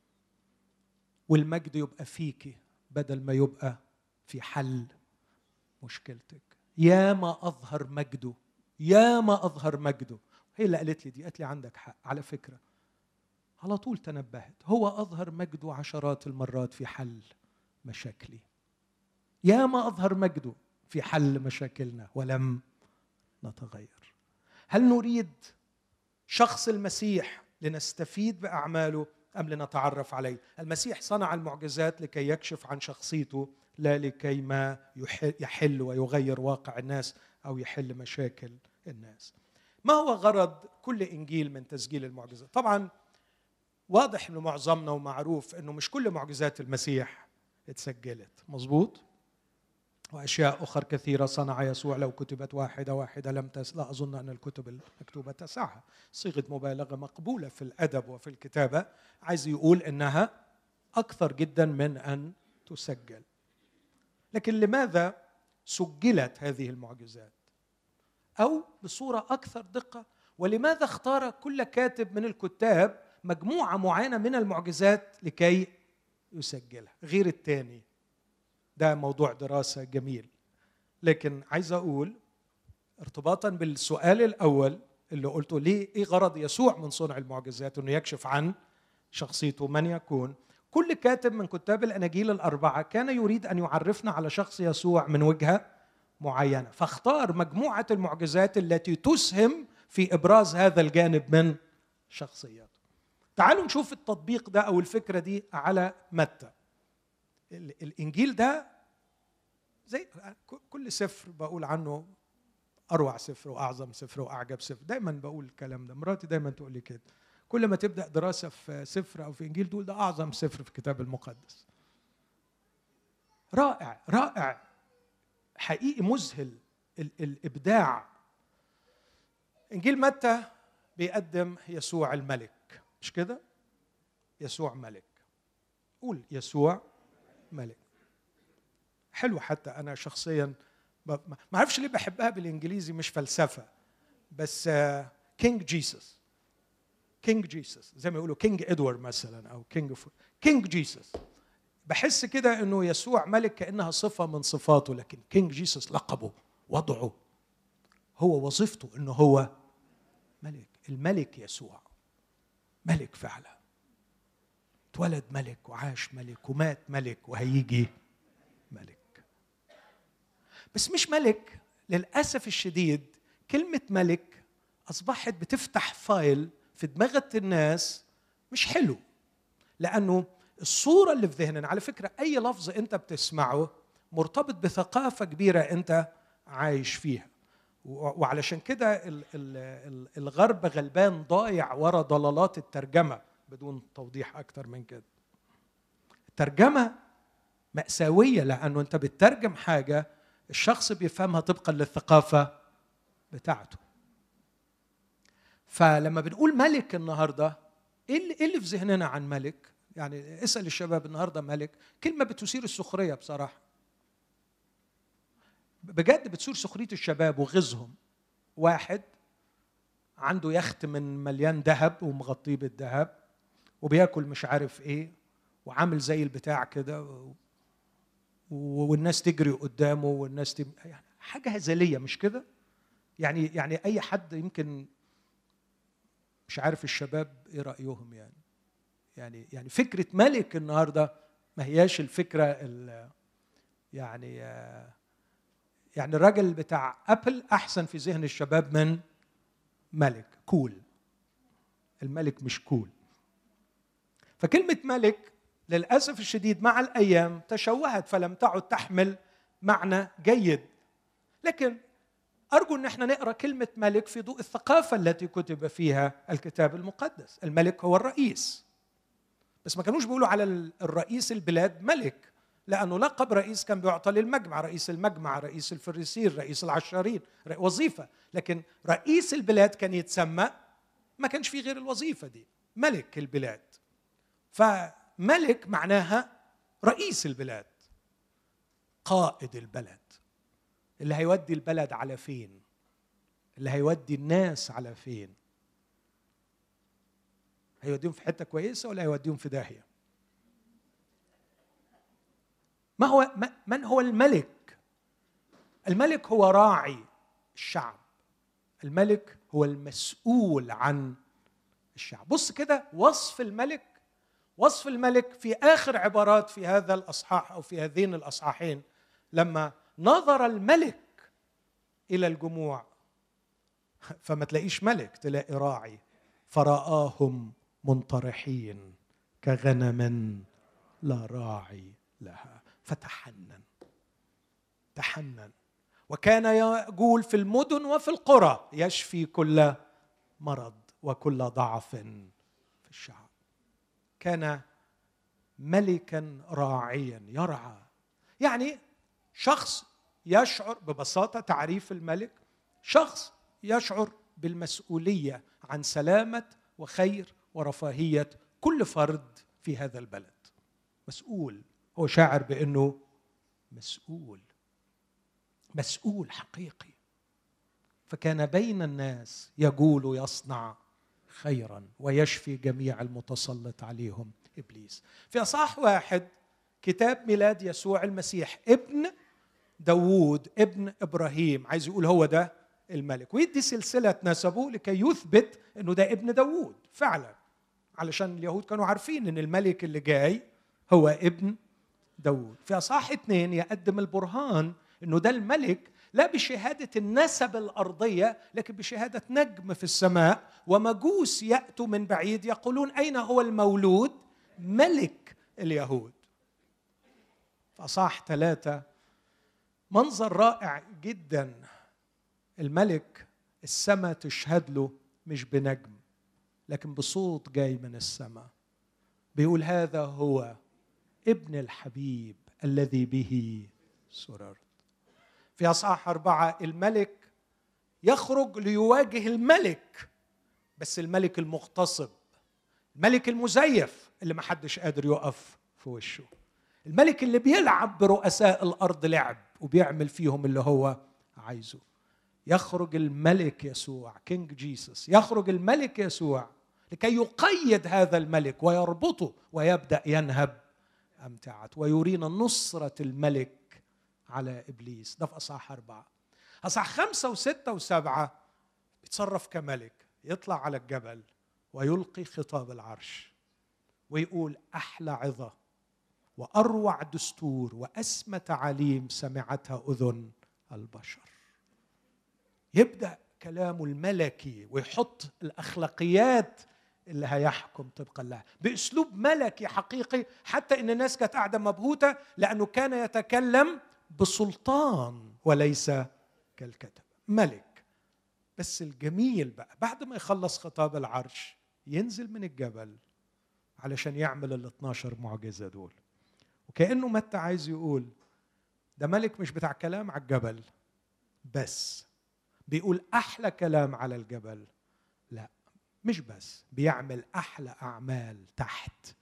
والمجد يبقى فيكي بدل ما يبقى في حل مشكلتك. يا ما أظهر مجده، يا ما أظهر مجده. هي اللي قالت لي دي، قالت لي عندك حق على فكرة. على طول تنبهت، هو أظهر مجده عشرات المرات في حل مشاكلي. يا ما أظهر مجده في حل مشاكلنا ولم نتغير. هل نريد شخص المسيح لنستفيد بأعماله أم لنتعرف عليه؟ المسيح صنع المعجزات لكي يكشف عن شخصيته، لا لكي ما يحل ويغير واقع الناس أو يحل مشاكل الناس. ما هو غرض كل إنجيل من تسجيل المعجزات؟ طبعا واضح أنه معظمنا ومعروف أنه مش كل معجزات المسيح اتسجلت، مظبوط؟ وأشياء أخرى كثيرة صنع يسوع لو كتبت واحدة واحدة لم تس... لا أظن أن الكتب المكتوبة تسعها. صيغة مبالغة مقبولة في الأدب وفي الكتابة، عايز يقول أنها أكثر جدا من أن تسجل. لكن لماذا سجلت هذه المعجزات؟ أو بصورة أكثر دقة، ولماذا اختار كل كاتب من الكتاب مجموعة معينة من المعجزات لكي يسجلها غير الثاني؟ ده موضوع دراسة جميل. لكن عايز أقول ارتباطا بالسؤال الأول اللي قلته، ليه إيه غرض يسوع من صنع المعجزات؟ إنه يكشف عن شخصيته، من يكون. كل كاتب من كتاب الأناجيل الأربعة كان يريد أن يعرفنا على شخص يسوع من وجهة معينة، فاختار مجموعة المعجزات التي تسهم في إبراز هذا الجانب من شخصيته. تعالوا نشوف التطبيق ده أو الفكرة دي على متى. الإنجيل ده زي كل سفر بقول عنه أروع سفر وأعظم سفر وأعجب سفر، دايما بقول الكلام ده. مراتي دايما تقول لي كده، كل ما تبدأ دراسة في سفر أو في إنجيل تقول ده أعظم سفر في الكتاب المقدس. رائع رائع حقيقي، مذهل الإبداع. إنجيل متى بيقدم يسوع الملك، مش كده؟ يسوع ملك. قول يسوع ملك. حلو. حتى أنا شخصياً ما أعرفش ليه بحبها بالإنجليزي، مش فلسفة بس كينج جيسس، كينج جيسس زي ما يقولوا كينج إدوارد مثلاً أو كينج كينج جيسس. بحس كده إنه يسوع ملك كأنها صفة من صفاته، لكن كينج جيسس لقبه، وضعه، هو وظيفته إنه هو ملك. الملك يسوع ملك فعلا، اتولد ملك وعاش ملك ومات ملك وهيجي ملك. بس مش ملك، للأسف الشديد كلمة ملك أصبحت بتفتح فايل في دماغة الناس مش حلو، لأنه الصورة اللي في ذهننا، على فكرة أي لفظ أنت بتسمعه مرتبط بثقافة كبيرة أنت عايش فيها، وعلشان كده الغرب غلبان ضايع ورا ضلالات الترجمة بدون توضيح أكتر من كده. الترجمة مأساوية، لأنه أنت بتترجم حاجة الشخص بيفهمها طبقا للثقافة بتاعته. فلما بنقول ملك النهاردة، إيه اللي في ذهننا عن ملك؟ يعني اسأل الشباب النهاردة ملك، كلمة بتثير السخرية بصراحة، بجد بتثير سخرية الشباب وغزهم. واحد عنده يخت من مليان ذهب ومغطيه بالذهب وبياكل مش عارف ايه وعامل زي البتاع كده والناس تجري قدامه والناس تب... يعني حاجة هزلية مش كده؟ يعني يعني أي حد يمكن مش عارف الشباب إيه رأيهم يعني يعني يعني فكرة ملك النهاردة ما هياش الفكرة ال يعني يعني الراجل بتاع أبل أحسن في ذهن الشباب من ملك كول. الملك مش كول. فكلمة ملك للأسف الشديد مع الأيام تشوهت فلم تعد تحمل معنى جيد. لكن أرجو أن احنا نقرأ كلمة ملك في ضوء الثقافة التي كتب فيها الكتاب المقدس. الملك هو الرئيس، بس ما كانوش بيقولوا على الرئيس البلاد ملك، لأنه لقب رئيس كان بيعطى للمجمع، رئيس المجمع، رئيس الفريسين، رئيس العشارين، وظيفة. لكن رئيس البلاد كان يتسمى، ما كانش فيه غير الوظيفة دي، ملك البلاد. فملك معناها رئيس البلاد، قائد البلد، اللي هيودي البلد على فين، اللي هيودي الناس على فين، هيوديهم في حتة كويسة ولا هيوديهم في داهية؟ ما هو من هو الملك؟ الملك هو راعي الشعب، الملك هو المسؤول عن الشعب. بص كده وصف الملك، وصف الملك في آخر عبارات في هذا الأصحاح أو في هذين الأصحاحين. لما نظر الملك إلى الجموع فما تلاقيش ملك، تلاقي راعي، فرآهم منطرحين كغنم لا راعي لها فتحنن. تحنن وكان يقول في المدن وفي القرى يشفي كل مرض وكل ضعف في الشعب. كان ملكا راعيا يرعى، يعني شخص يشعر، ببساطة تعريف الملك، شخص يشعر بالمسؤولية عن سلامة وخير ورفاهية كل فرد في هذا البلد. مسؤول، هو شاعر بأنه مسؤول، مسؤول حقيقي. فكان بين الناس يقول يصنع خيرا ويشفي جميع المتسلط عليهم إبليس. في أصحاح واحد كتاب ميلاد يسوع المسيح ابن داوود ابن إبراهيم، عايز يقول هو ده الملك، ويدي سلسلة نسبه لكي يثبت أنه ده ابن داوود فعلا، علشان اليهود كانوا عارفين أن الملك اللي جاي هو ابن داوود. في أصحاح اثنين يقدم البرهان أنه ده الملك، لا بشهادة النسب الأرضية لكن بشهادة نجم في السماء، ومجوس يأتوا من بعيد يقولون أين هو المولود ملك اليهود. في أصحاح ثلاثة منظر رائع جدا، الملك السماء تشهد له مش بنجم لكن بصوت جاي من السماء بيقول هذا هو ابن الحبيب الذي به سررت. في أصحاح أربعة الملك يخرج ليواجه الملك، بس الملك المغتصب، الملك المزيف اللي محدش قادر يقف في وشه، الملك اللي بيلعب برؤساء الأرض لعب وبيعمل فيهم اللي هو عايزه. يخرج الملك يسوع، كينج جيسس، يخرج الملك يسوع لكي يقيد هذا الملك ويربطه ويبدأ ينهب أمتعته ويرينا نصرة الملك على إبليس. ده في أصحاح أربعة. أصحاح خمسة وستة وسبعة بيتصرف كملك، يطلع على الجبل ويلقي خطاب العرش ويقول أحلى عظة وأروع دستور وأسمى تعاليم سمعتها أذن البشر. يبدأ كلامه الملكي ويحط الأخلاقيات اللي هيحكم طبقا لها بأسلوب ملكي حقيقي، حتى إن الناس كانت قاعدة مبهوتة لأنه كان يتكلم بسلطان وليس كالكتب. ملك. بس الجميل بقى بعد ما يخلص خطاب العرش ينزل من الجبل علشان يعمل ال اثناشر معجزة دول. وكأنه متى عايز يقول ده ملك مش بتاع كلام على الجبل بس، بيقول أحلى كلام على الجبل، لا مش بس، بيعمل أحلى أعمال تحت الجبل.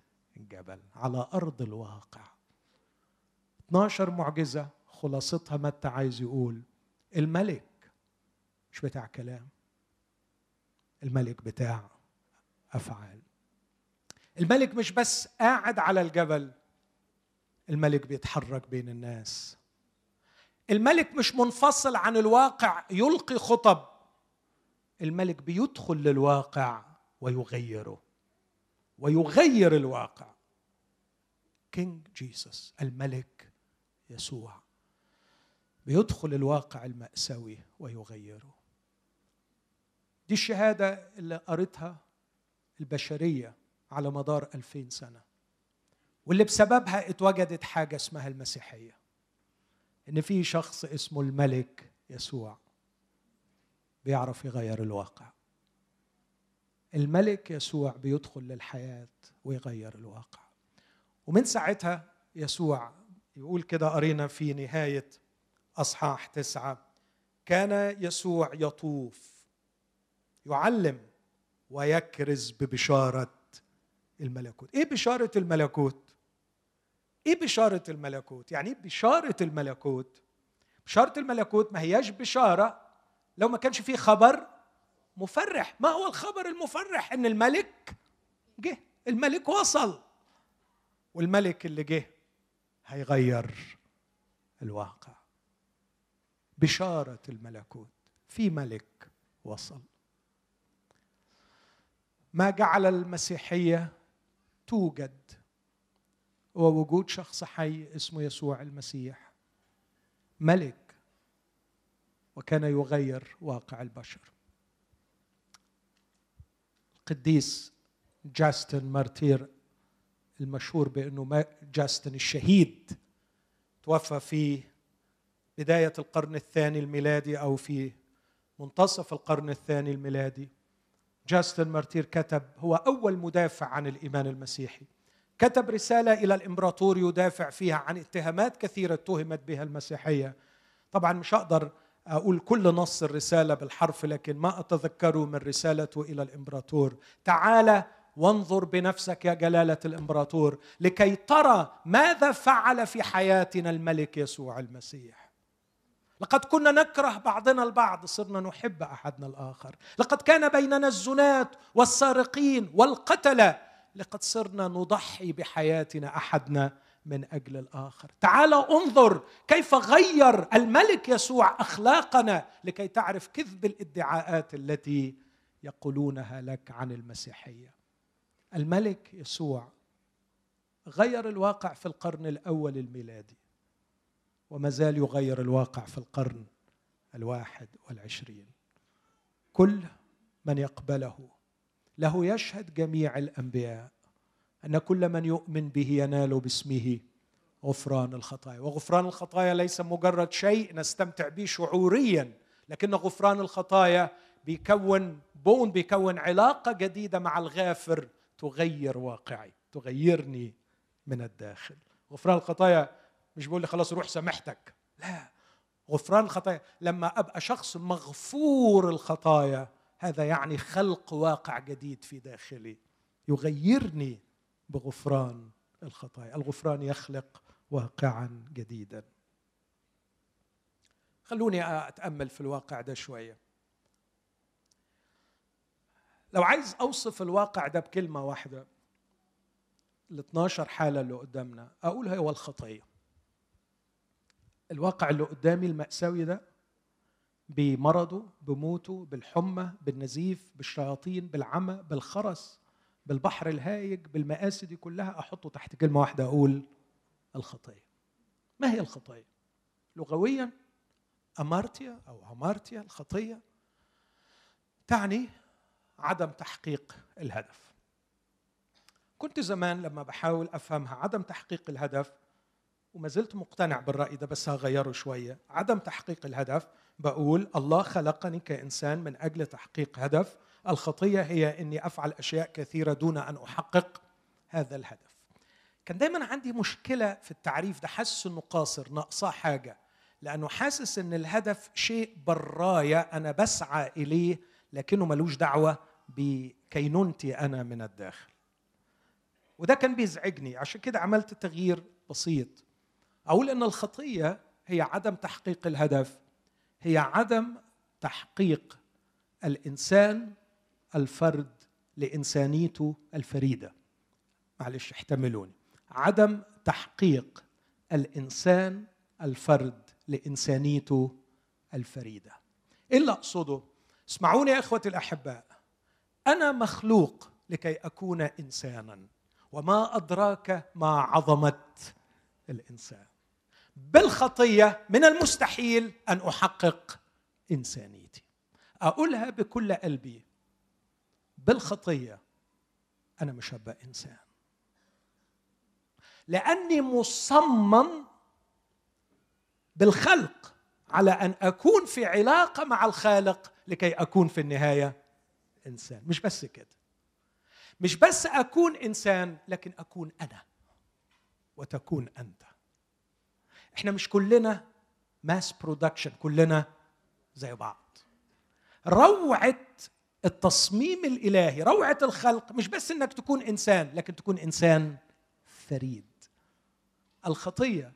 الجبل، على أرض الواقع. اثناشر معجزة خلاصتها متى عايز يقول الملك مش بتاع كلام، الملك بتاع أفعال. الملك مش بس قاعد على الجبل، الملك بيتحرك بين الناس. الملك مش منفصل عن الواقع يلقي خطب، الملك بيدخل للواقع ويغيره ويغير الواقع. كينج جيسس، الملك يسوع، بيدخل الواقع المأساوي ويغيره. دي الشهادة اللي قريتها البشرية على مدار ألفين سنة، واللي بسببها اتوجدت حاجة اسمها المسيحية، إن في شخص اسمه الملك يسوع بيعرف يغير الواقع. الملك يسوع بيدخل للحياة ويغير الواقع. ومن ساعتها يسوع يقول كده، قرينا في نهاية أصحاح تسعة، كان يسوع يطوف يعلم ويكرز ببشارة الملكوت. إيه بشارة الملكوت؟ إيه بشارة الملكوت؟ يعني بشارة الملكوت، بشارة الملكوت ما هياش بشارة لو ما كانش فيه خبر مفرح. ما هو الخبر المفرح؟ إن الملك جه، الملك وصل، والملك اللي جه هيغير الواقع. بشارة الملكوت، في ملك وصل. ما جعل المسيحية توجد هو وجود شخص حي اسمه يسوع المسيح، ملك، وكان يغير واقع البشر. القديس جاستن مارتير المشهور بأنه جاستن الشهيد، توفى في بداية القرن الثاني الميلادي أو في منتصف القرن الثاني الميلادي. جاستن مارتير كتب، هو أول مدافع عن الإيمان المسيحي، كتب رسالة إلى الإمبراطور يدافع فيها عن اتهامات كثيرة اتهمت بها المسيحية. طبعا مش هقدر أقول كل نص الرسالة بالحرف، لكن ما أتذكره من رسالته إلى الإمبراطور: تعال وانظر بنفسك يا جلالة الإمبراطور لكي ترى ماذا فعل في حياتنا الملك يسوع المسيح. لقد كنا نكره بعضنا البعض، صرنا نحب أحدنا الآخر. لقد كان بيننا الزنات والسارقين والقتلة، لقد صرنا نضحي بحياتنا أحدنا من أجل الآخر. تعال انظر كيف غير الملك يسوع أخلاقنا لكي تعرف كذب الادعاءات التي يقولونها لك عن المسيحية. الملك يسوع غير الواقع في القرن الأول الميلادي، وما زال يغير الواقع في القرن الواحد والعشرين. كل من يقبله له يشهد جميع الأنبياء أن كل من يؤمن به ينال باسمه غفران الخطايا. وغفران الخطايا ليس مجرد شيء نستمتع به شعوريا، لكن غفران الخطايا بيكون بون بيكون علاقة جديدة مع الغافر تغير واقعي، تغيرني من الداخل. غفران الخطايا مش بيقول لي خلاص روح سامحتك، لا. غفران الخطايا لما أبقى شخص مغفور الخطايا، هذا يعني خلق واقع جديد في داخلي يغيرني بغفران الخطايا. الغفران يخلق واقعا جديدا. خلوني أتأمل في الواقع ده شوية. لو عايز أوصف الواقع ده بكلمة واحدة، ال اثناشر حالة اللي قدامنا أقول هو الخطية. الواقع اللي قدامي المأساوي ده بمرضه، بموته، بالحمى، بالنزيف، بالشياطين، بالعمى، بالخرس، بالبحر الهايج، بالمآسي دي كلها، أحطه تحت كلمة واحدة أقول الخطية. ما هي الخطية؟ لغويا أمارتيا أو همارتيا، الخطية تعني عدم تحقيق الهدف. كنت زمان لما بحاول أفهمها عدم تحقيق الهدف، وما زلت مقتنع بالرأي ده بس هغيره شوية. عدم تحقيق الهدف بقول الله خلقني كإنسان من أجل تحقيق هدف. الخطية هي أني أفعل أشياء كثيرة دون أن أحقق هذا الهدف. كان دايما عندي مشكلة في التعريف ده، حاسس أنه قاصر، ناقصاه حاجة، لأنه حاسس أن الهدف شيء براية أنا بسعى إليه، لكنه ملوش دعوة بكينونتي أنا من الداخل. وده كان بيزعجني، عشان كده عملت تغيير بسيط. أقول إن الخطية هي عدم تحقيق الهدف، هي عدم تحقيق الإنسان الفرد لإنسانيته الفريدة. معلش احتملوني، عدم تحقيق الإنسان الفرد لإنسانيته الفريدة. إيه اللي أقصده؟ اسمعوني يا إخوتي الأحباء، أنا مخلوق لكي أكون إنسانا، وما أدراك ما عظمة الإنسان. بالخطية من المستحيل أن أحقق إنسانيتي. أقولها بكل قلبي، بالخطية أنا مش هبقى إنسان، لأني مصمم بالخلق على أن أكون في علاقة مع الخالق لكي أكون في النهاية إنسان. مش بس كده، مش بس أكون إنسان، لكن أكون أنا وتكون أنت. إحنا مش كلنا ماس برودكشن، كلنا زي بعض. روعة التصميم الإلهي، روعة الخلق، مش بس إنك تكون إنسان، لكن تكون إنسان فريد. الخطية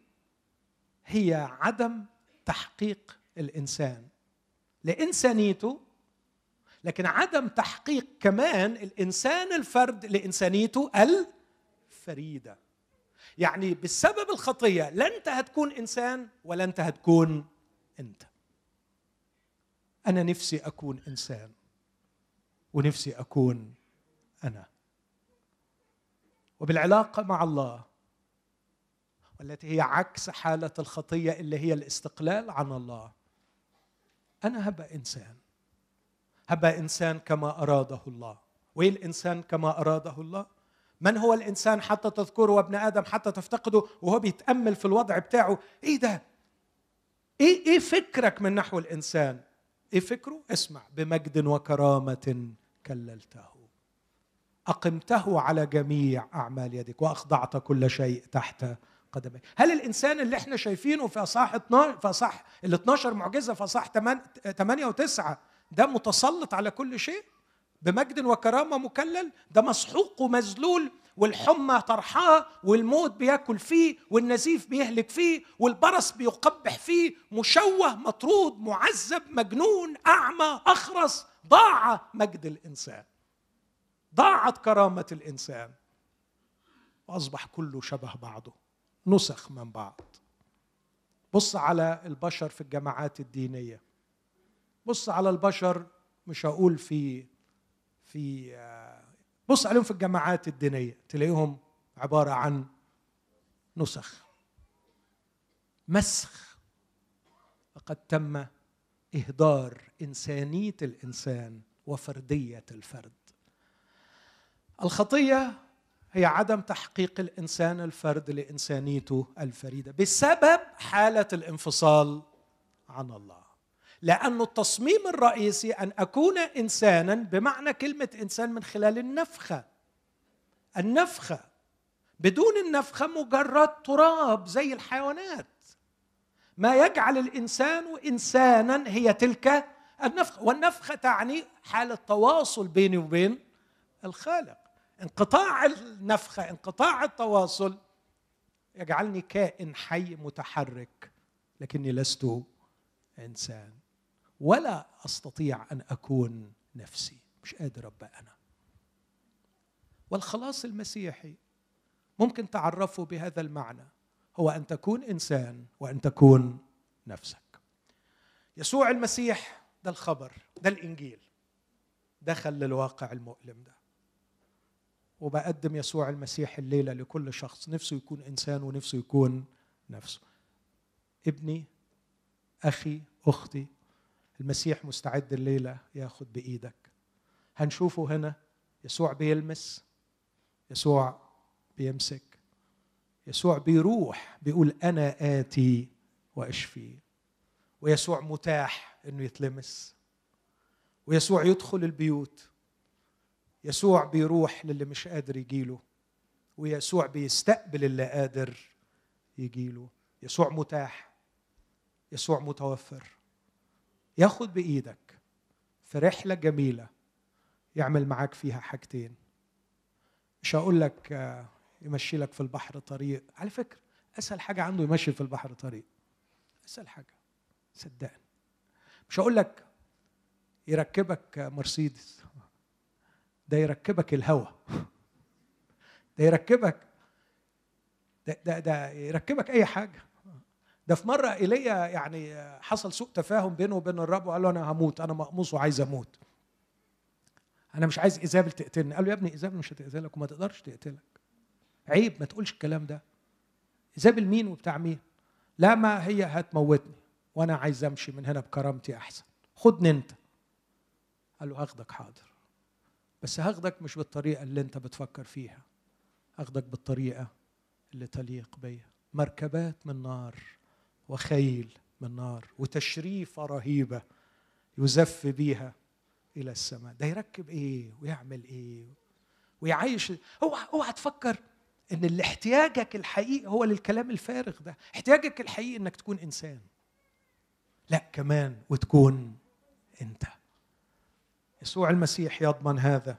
هي عدم تحقيق الإنسان لإنسانيته، لكن عدم تحقيق كمان الإنسان الفرد لإنسانيته الفريدة. يعني بسبب الخطية لا أنت هتكون إنسان ولا أنت هتكون أنت. أنا نفسي أكون إنسان ونفسي أكون أنا. وبالعلاقة مع الله، والتي هي عكس حالة الخطية اللي هي الاستقلال عن الله، أنا هبقى إنسان، هبقى إنسان كما أراده الله. وإيه الإنسان كما أراده الله؟ من هو الإنسان حتى تذكره وابن آدم حتى تفتقده؟ وهو بيتأمل في الوضع بتاعه، إيه ده؟ إيه, إيه فكرك من نحو الإنسان؟ إيه فكره؟ اسمع، بمجد وكرامة كللته، أقمته على جميع أعمال يدك، وأخضعت كل شيء تحت قدمي. هل الإنسان اللي احنا شايفينه في أصحاح اثناشر في أصحاح ال اثناشر معجزة في أصحاح ثمانية وتسعة ده متسلط على كل شيء بمجد وكرامة مكلل؟ ده مسحوق ومذلول، والحمى طرحاه، والموت بياكل فيه، والنزيف بيهلك فيه، والبرص بيقبح فيه، مشوه، مطرود، معذب، مجنون، أعمى، أخرس. ضاع مجد الإنسان، ضاعت كرامة الإنسان، وأصبح كله شبه بعضه، نسخ من بعض. بص على البشر في الجماعات الدينية، بص على البشر، مش هقول في في بص عليهم في الجماعات الدينية، تلاقيهم عبارة عن نسخ، مسخ. لقد تم إهدار إنسانية الإنسان وفردية الفرد. الخطية هي عدم تحقيق الإنسان الفرد لإنسانيته الفريدة بسبب حالة الانفصال عن الله. لأن التصميم الرئيسي أن أكون إنسانا بمعنى كلمة إنسان من خلال النفخة. النفخة بدون النفخة مجرد تراب زي الحيوانات. ما يجعل الإنسان إنسانا هي تلك النفخة، والنفخة تعني حالة تواصل بيني وبين الخالق. انقطاع النفخة، انقطاع التواصل يجعلني كائن حي متحرك، لكني لست إنسان، ولا أستطيع أن أكون نفسي، مش قادر أبقى أنا. والخلاص المسيحي ممكن تعرفه بهذا المعنى، هو أن تكون إنسان وأن تكون نفسك. يسوع المسيح ده الخبر، ده الإنجيل، دخل للواقع المؤلم ده. وبقدم يسوع المسيح الليلة لكل شخص نفسه يكون إنسان ونفسه يكون نفسه. ابني، أخي، أختي، المسيح مستعد الليلة ياخد بإيدك. هنشوفه هنا، يسوع بيلمس، يسوع بيمسك، يسوع بيروح بيقول أنا آتي وأشفي، ويسوع متاح إنه يتلمس، ويسوع يدخل البيوت، يسوع بيروح للي مش قادر يجيله، ويسوع بيستقبل اللي قادر يجيله. يسوع متاح، يسوع متوفر، ياخد بإيدك في رحلة جميلة يعمل معاك فيها حاجتين. مش هقول لك يمشي لك في البحر طريق. على فكرة أسهل حاجة عنده يمشي في البحر طريق، أسهل حاجة، صدقني. مش هقول لك يركبك مرسيدس، ده يركبك الهوى، ده يركبك ده, ده, ده يركبك أي حاجة. ده في مرة إيليا يعني حصل سوء تفاهم بينه وبين الرب، وقال له أنا هموت، أنا مقموص وعايز أموت، أنا مش عايز إيزابل تقتلني. قال له يا ابني إيزابل مش هتقتلك وما تقدرش تقتلك، عيب ما تقولش الكلام ده. إيزابل مين وبتاع مين؟ لا ما هي هتموتني وأنا عايز أمشي من هنا بكرامتي أحسن، خدني أنت. قال له هاخدك حاضر، بس هاخدك مش بالطريقة اللي أنت بتفكر فيها، هاخدك بالطريقة اللي تليق بيا. مركبات من نار وخيل من نار وتشريفة رهيبة يزف بيها إلى السماء. ده يركب إيه ويعمل إيه ويعيش. اوعى اوعى تفكر إن اللي احتياجك الحقيقي هو للكلام الفارغ ده. احتياجك الحقيقي إنك تكون إنسان، لا كمان وتكون أنت. يسوع المسيح يضمن هذا.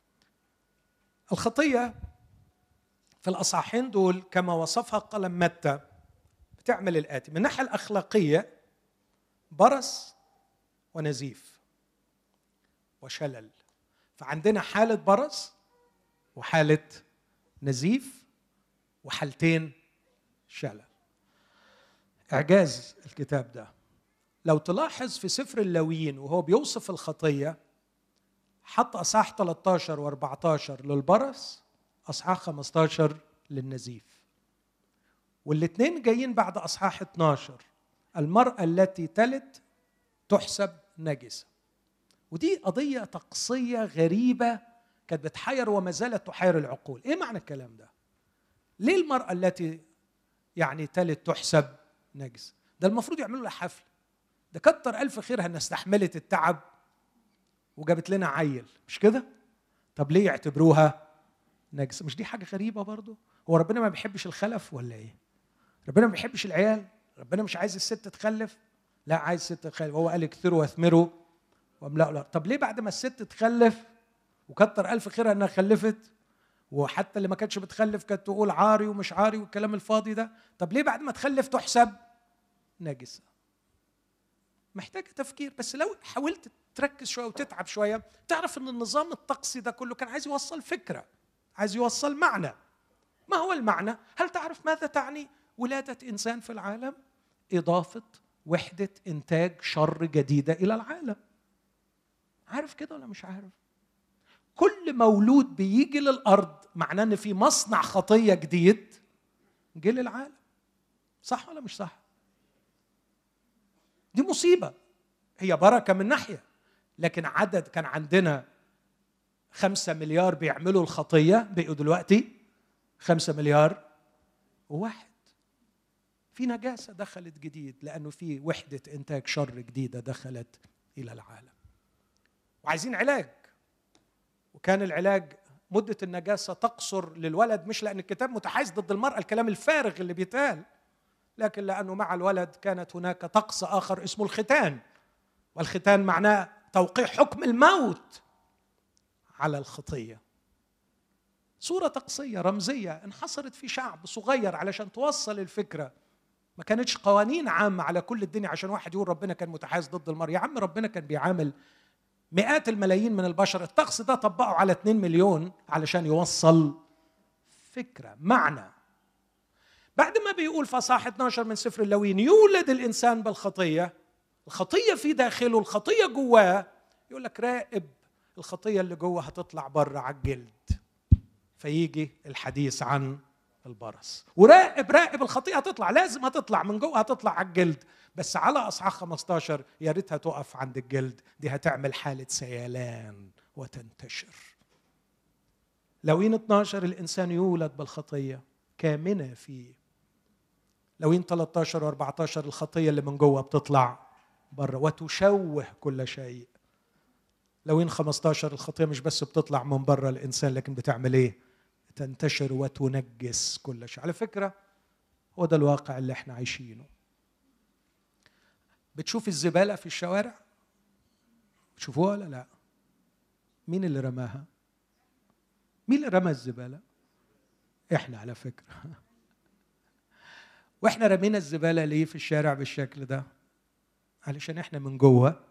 الخطية في الأصحاحين دول كما وصفها قلم متى بتعمل الآتي: من الناحية الأخلاقية برص ونزيف وشلل. فعندنا حالة برص وحالة نزيف وحالتين شلل. إعجاز الكتاب ده لو تلاحظ في سفر اللاويين وهو بيوصف الخطية، حط أصحاح ثلاثة عشر وأربعة عشر للبرص، أصحاح خمسة عشر للنزيف، والاثنين جايين بعد أصحاح اثنا عشر. المرأة التي تلد تحسب نجسة، ودي قضية طقسية غريبة كانت بتحير وما زالت تحير العقول. إيه معنى الكلام ده؟ ليه المرأة التي يعني تلد تحسب نجسة؟ ده المفروض يعملوا لها حفل، ده كتر ألف خيرها أنها استحملت التعب وجابت لنا عيل، مش كده؟ طب ليه يعتبروها نجسة؟ مش دي حاجة غريبة برضو؟ هو ربنا ما بيحبش الخلف ولا إيه؟ ربنا ما بيحبش العيال؟ ربنا مش عايز الست تخلف؟ لا عايز الست تخلف، هو قال اكثروا واثمروا واملأوا الأرض. طب ليه بعد ما الست تخلف وكتر ألف خيرها أنها خلفت، وحتى اللي ما كانتش بتخلف كانت تقول عاري ومش عاري والكلام الفاضي ده، طب ليه بعد ما تخلف تحسب نجسة؟ محتاجة تفكير. بس لو حاولت تركز شوية وتتعب شوية تعرف أن النظام الطقسي ده كله كان عايز يوصل فكرة، عايز يوصل معنى. ما هو المعنى؟ هل تعرف ماذا تعني ولادة إنسان في العالم؟ إضافة وحدة إنتاج شر جديدة إلى العالم. عارف كده ولا مش عارف؟ كل مولود بيجي للأرض معناه أن في مصنع خطية جديد جه للعالم. صح ولا مش صح؟ دي مصيبة. هي بركة من ناحية، لكن عدد كان عندنا خمسة مليار بيعملوا الخطية، بقوا دلوقتي خمسة مليار وواحد. في نجاسة دخلت جديد لأنه في وحدة إنتاج شر جديدة دخلت إلى العالم، وعايزين علاج. وكان العلاج مدة النجاسة تقصر للولد، مش لأن الكتاب متحيز ضد المرأة الكلام الفارغ اللي بيتقال، لكن لأنه مع الولد كانت هناك طقس آخر اسمه الختان، والختان معناه توقيع حكم الموت على الخطية. صورة طقسية رمزية انحصرت في شعب صغير علشان توصل الفكرة. ما كانتش قوانين عامة على كل الدنيا عشان واحد يقول ربنا كان متحيز ضد المرأة. يا عم ربنا كان بيعامل مئات الملايين من البشر. الطقس ده طبقه على اثنين مليون علشان يوصل فكرة، معنى. بعد ما بيقول في اصحاح اثنا عشر من سفر اللاويين يولد الإنسان بالخطية، الخطية في داخله، الخطية جواه، يقول لك راقب الخطية اللي جوه هتطلع بره على الجلد، فيجي الحديث عن البرص. وراقب راقب الخطيئة هتطلع، لازم هتطلع من جوه، هتطلع على الجلد. بس على أصحاح خمسة عشر يا ريتها تقف عند الجلد، دي هتعمل حالة سيلان وتنتشر. لاويين اثنا عشر الإنسان يولد بالخطية كامنة فيه. لاويين ثلاثة عشر وأربعة عشر الخطية اللي من جوه بتطلع بره وتشوه كل شيء. لاويين خمسة عشر الخطية مش بس بتطلع من بره الإنسان، لكن بتعمل إيه؟ تنتشر وتنجس كل شيء. على فكرة هو ده الواقع اللي احنا عايشينه. بتشوف الزبالة في الشوارع؟ بتشوفوها ولا لا؟ مين اللي رماها؟ مين اللي رمى الزبالة؟ احنا على فكرة. واحنا رمينا الزبالة ليه في الشارع بالشكل ده؟ علشان احنا من جوه،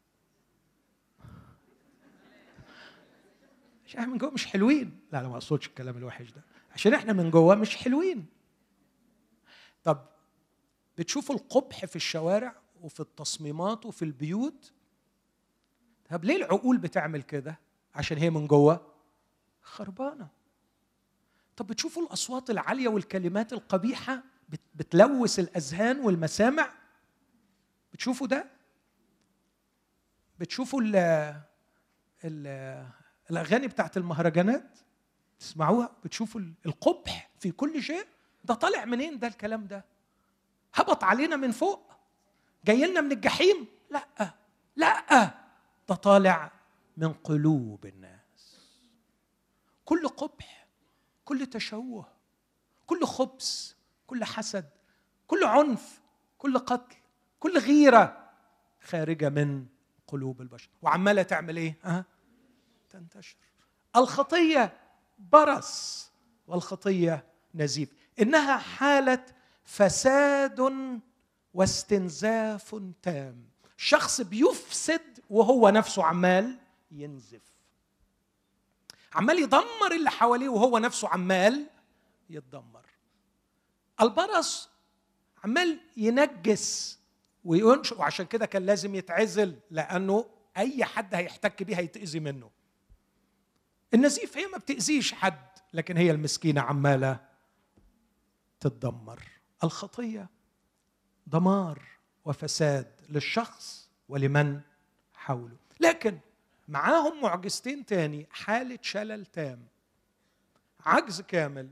عشان احنا من جوه مش حلوين. لا لا، ما اقصدش الكلام الوحش ده، عشان احنا من جوه مش حلوين. طب بتشوفوا القبح في الشوارع وفي التصميمات وفي البيوت؟ طب ليه العقول بتعمل كده؟ عشان هي من جوه خربانه. طب بتشوفوا الاصوات العاليه والكلمات القبيحه بتلوث الاذهان والمسامع؟ بتشوفوا ده؟ بتشوفوا ال ال الاغاني بتاعت المهرجانات تسمعوها؟ بتشوفوا القبح في كل شيء؟ ده طالع منين ده الكلام ده؟ هبط علينا من فوق؟ جاي لنا من الجحيم؟ لا لا، ده طالع من قلوب الناس. كل قبح، كل تشوه، كل خبث، كل حسد، كل عنف، كل قتل، كل غيرة خارجة من قلوب البشر، وعمالة تعمل ايه؟ أه؟ تنتشر. الخطية برص والخطية نزيف، إنها حالة فساد واستنزاف تام. شخص بيفسد وهو نفسه عمال ينزف، عمال يدمر اللي حواليه وهو نفسه عمال يتدمر. البرص عمال ينجس وينشر، وعشان كده كان لازم يتعزل، لأنه أي حد هيحتك بيه هيتأذي منه. النزيف هي ما بتأذيش حد، لكن هي المسكينة عمالة تتدمر. الخطية دمار وفساد للشخص ولمن حوله. لكن معاهم معجزتين تاني، حالة شلل تام، عجز كامل،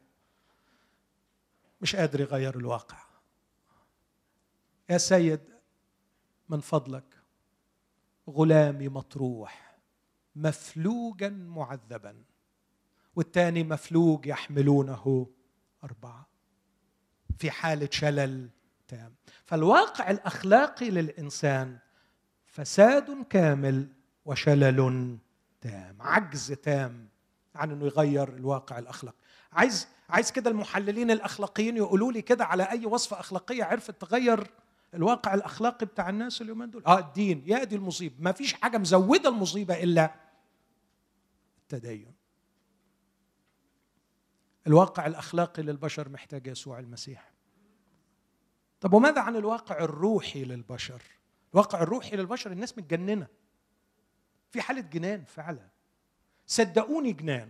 مش قادر يغير الواقع. يا سيد من فضلك غلامي مطروح مفلوجا معذبا، والتاني مفلوج يحملونه أربعة، في حالة شلل تام. فالواقع الأخلاقي للإنسان فساد كامل وشلل تام، عجز تام عن أنه يغير الواقع الأخلاقي. عايز عايز كده المحللين الأخلاقيين يقولوا لي كده على أي وصفة أخلاقية عرفت تغير الواقع الأخلاقي بتاع الناس اليومين دول. آه الدين. يا دي المصيبة، ما فيش حاجة مزودة المصيبة إلا التدين. الواقع الأخلاقي للبشر محتاج يسوع المسيح. طب وماذا عن الواقع الروحي للبشر؟ الواقع الروحي للبشر الناس متجننة، في حالة جنان فعلا، صدقوني جنان.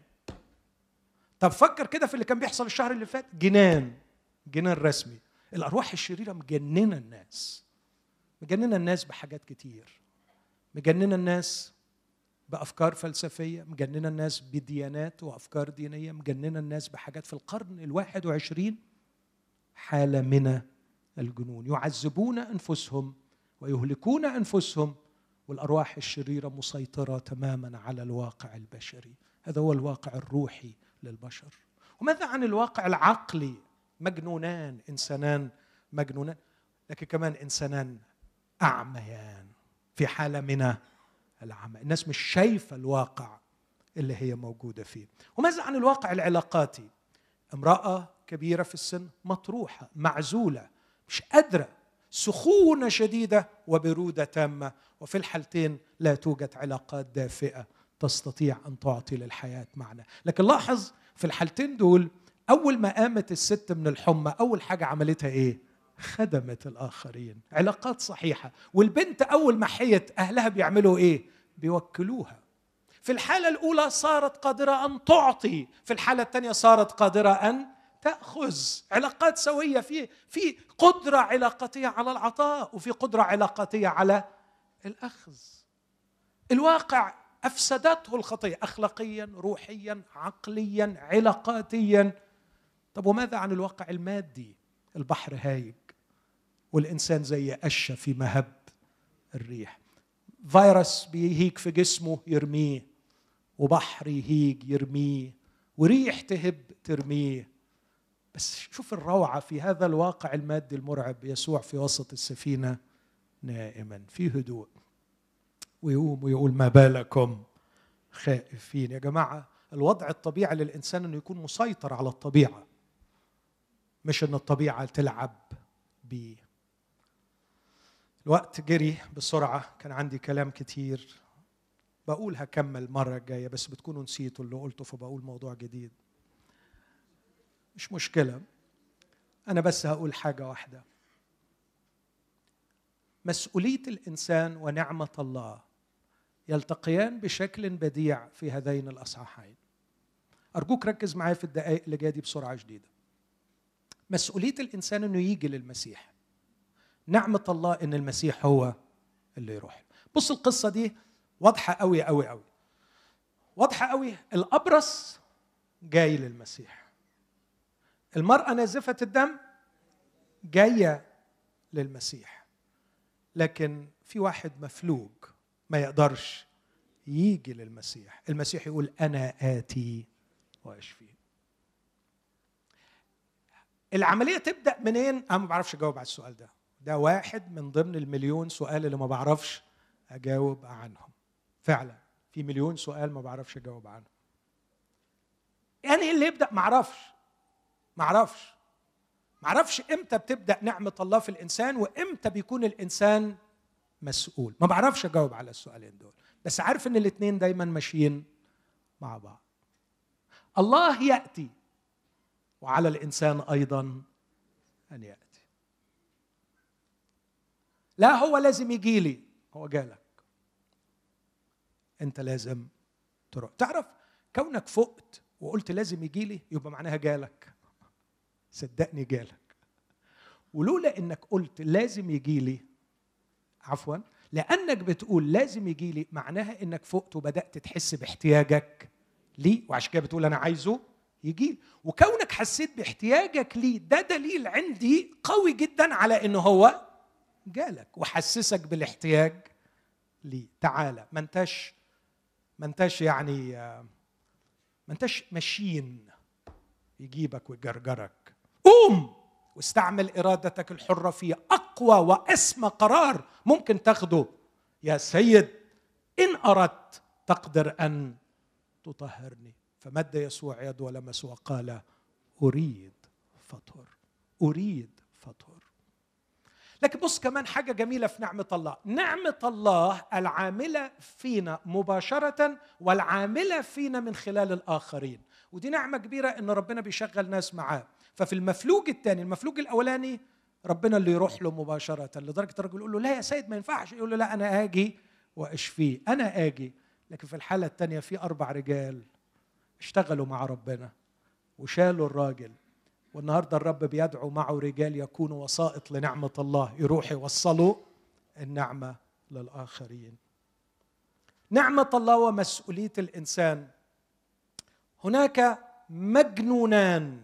طب فكر كده في اللي كان بيحصل الشهر اللي فات، جنان، جنان رسمي. الأرواح الشريرة مجننة الناس، مجننة الناس بحاجات كتير، مجننة الناس بأفكار فلسفية، مجننة الناس بديانات وأفكار دينية، مجننة الناس بحاجات. في القرن الواحد وعشرين حالة من الجنون، يعذبون أنفسهم ويهلكون أنفسهم، والأرواح الشريرة مسيطرة تماما على الواقع البشري. هذا هو الواقع الروحي للبشر. وماذا عن الواقع العقلي؟ مجنونان، إنسانان مجنونان، لكن كمان إنسانان أعميان، في حالة من العمى. الناس مش شايفة الواقع اللي هي موجودة فيه. وماذا عن الواقع العلاقاتي؟ امرأة كبيرة في السن مطروحة معزولة، مش قادرة، سخونة شديدة وبرودة تامة، وفي الحالتين لا توجد علاقات دافئة تستطيع أن تعطي للحياة معنى. لكن لاحظ في الحالتين دول، أول ما قامت الست من الحمى أول حاجة عملتها إيه؟ خدمت الآخرين، علاقات صحيحة. والبنت أول ما حيت أهلها بيعملوا إيه؟ بيوكلوها. في الحالة الأولى صارت قادرة أن تعطي، في الحالة الثانية صارت قادرة أن تأخذ. علاقات سوية، في في قدرة علاقاتية على العطاء، وفي قدرة علاقاتية على الأخذ. الواقع أفسدته الخطية، أخلاقيا، روحيا، عقليا، علاقاتيا. طب وماذا عن الواقع المادي؟ البحر هايج والإنسان زي قشة في مهب الريح. فيروس بيهيج في جسمه يرميه، وبحر يهيج يرميه، وريح تهب ترميه. بس شوف الروعة في هذا الواقع المادي المرعب، يسوع في وسط السفينة نائما في هدوء، ويقوم ويقول ما بالكم خائفين. يا جماعة الوضع الطبيعي للإنسان أنه يكون مسيطر على الطبيعة، مش أن الطبيعة تلعب بيه. الوقت جري بسرعة، كان عندي كلام كتير بقول هكمل المرة الجاية، بس بتكونوا نسيتوا اللي قلته فبقول موضوع جديد. مش مشكلة، أنا بس هقول حاجة واحدة. مسؤولية الإنسان ونعمة الله يلتقيان بشكل بديع في هذين الأصحاحين. أرجوك ركز معايا في الدقائق اللي جاية دي بسرعة شديدة. مسؤولية الإنسان أنه يجي للمسيح، نعمة الله أن المسيح هو اللي يروح. بص القصة دي واضحة قوي قوي قوي، واضحة قوي. الأبرص جاي للمسيح، المرأة نازفة الدم جاية للمسيح، لكن في واحد مفلوج ما يقدرش يجي للمسيح. المسيح يقول أنا آتي وأشفيه. العملية تبدأ منين؟ أنا ما بعرفش أجاوب على السؤال ده. ده واحد من ضمن المليون سؤال اللي ما بعرفش أجاوب عنهم. فعلا في مليون سؤال ما بعرفش أجاوب عنهم. يعني اللي يبدأ ما اعرفش ما اعرفش ما اعرفش امتى بتبدأ نعمة الله في الإنسان وامتى بيكون الإنسان مسؤول. ما بعرفش أجاوب على السؤالين دول، بس عارف إن الاثنين دايما ماشيين مع بعض. الله يأتي وعلى الإنسان أيضا أن يأتي. لا هو لازم يجي لي، هو جالك، أنت لازم تروح. تعرف كونك فقت وقلت لازم يجي لي يبقى معناها جالك، صدقني جالك. ولولا إنك قلت لازم يجي لي، عفوا لأنك بتقول لازم يجي لي، معناها إنك فقت وبدأت تحس باحتياجك ليه، وعشان كده بتقول أنا عايزه يجي لي. وكونك حسيت باحتياجك ليه ده دليل عندي قوي جدا على إنه هو جالك وحسسك بالاحتياج ليه. تعالى، ما انتش ما انتش يعني ما انتش ماشين يجيبك ويجرجرك. قوم واستعمل إرادتك الحرة في أقوى وأسمى قرار ممكن تاخده. يا سيد إن أردت تقدر أن تطهرني. فمد يسوع يده ولمسه وقال أريد فطهر، أريد فطهر. لكن بص كمان حاجة جميلة في نعمة الله، نعمة الله العاملة فينا مباشرة والعاملة فينا من خلال الآخرين. ودي نعمة كبيرة إن ربنا بيشغل ناس معاه. ففي المفلوج الثاني، المفلوج الأولاني ربنا اللي يروح له مباشرة، لدرجة الرجل يقول له لا يا سيد ما ينفعش، يقول له لا أنا آجي وأشفيه، أنا آجي. لكن في الحالة الثانية في أربع رجال اشتغلوا مع ربنا وشالوا الراجل، والنهاردة الرب بيدعو معه رجال يكونوا وسائط لنعمة الله، يروحوا يوصلوا النعمة للآخرين. نعمة الله ومسؤولية الإنسان. هناك مجنونان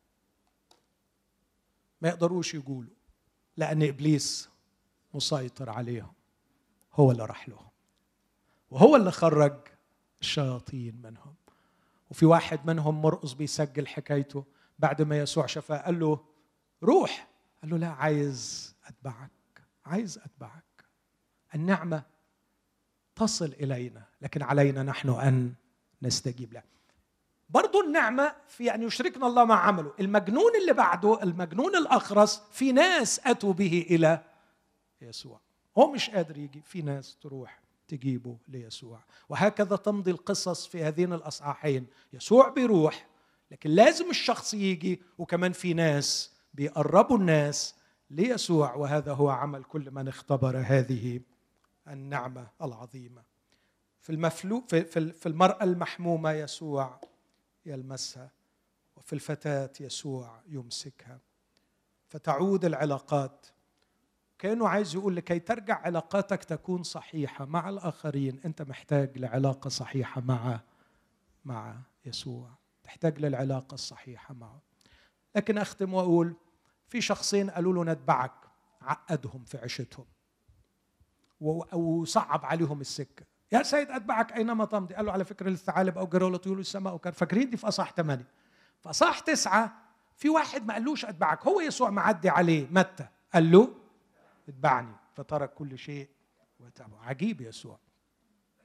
ما يقدروش يقولوا لأن إبليس مسيطر عليهم، هو اللي راح لهم وهو اللي خرج الشياطين منهم. وفي واحد منهم مرقس بيسجل حكايته بعد ما يسوع شفاه، قال له روح، قال له لا عايز أتبعك، عايز أتبعك. النعمة تصل إلينا لكن علينا نحن أن نستجيب لها. برضو النعمة في أن يشركنا الله مع عمله. المجنون اللي بعده، المجنون الأخرس، في ناس أتوا به إلى يسوع، هو مش قادر يجي، في ناس تروح تجيبه ليسوع. وهكذا تمضي القصص في هذين الأصحاحين. يسوع بيروح لكن لازم الشخص يجي، وكمان في ناس بيقربوا الناس ليسوع، وهذا هو عمل كل من اختبر هذه النعمة العظيمة. في المفلوق في في المرأة المحمومة يسوع يلمسها، وفي الفتاة يسوع يمسكها، فتعود العلاقات. كأنه عايز يقول لكي ترجع علاقاتك تكون صحيحة مع الآخرين أنت محتاج لعلاقة صحيحة مع مع يسوع، تحتاج للعلاقة الصحيحة معه. لكن أختم وأقول في شخصين قالوا له نتبعك، عقدهم في عيشتهم وصعب عليهم السكة. يا سيد أتبعك أينما تمضي. قال له على فكرة الثعالب أو جرى طيور السماء وكان. فاكرين دي في أصحاح ثمانية. في أصحاح تسعة في واحد ما قالوش أتبعك، هو يسوع معدي عليه متى قال له اتبعني فترك كل شيء وتبعه. عجيب يسوع.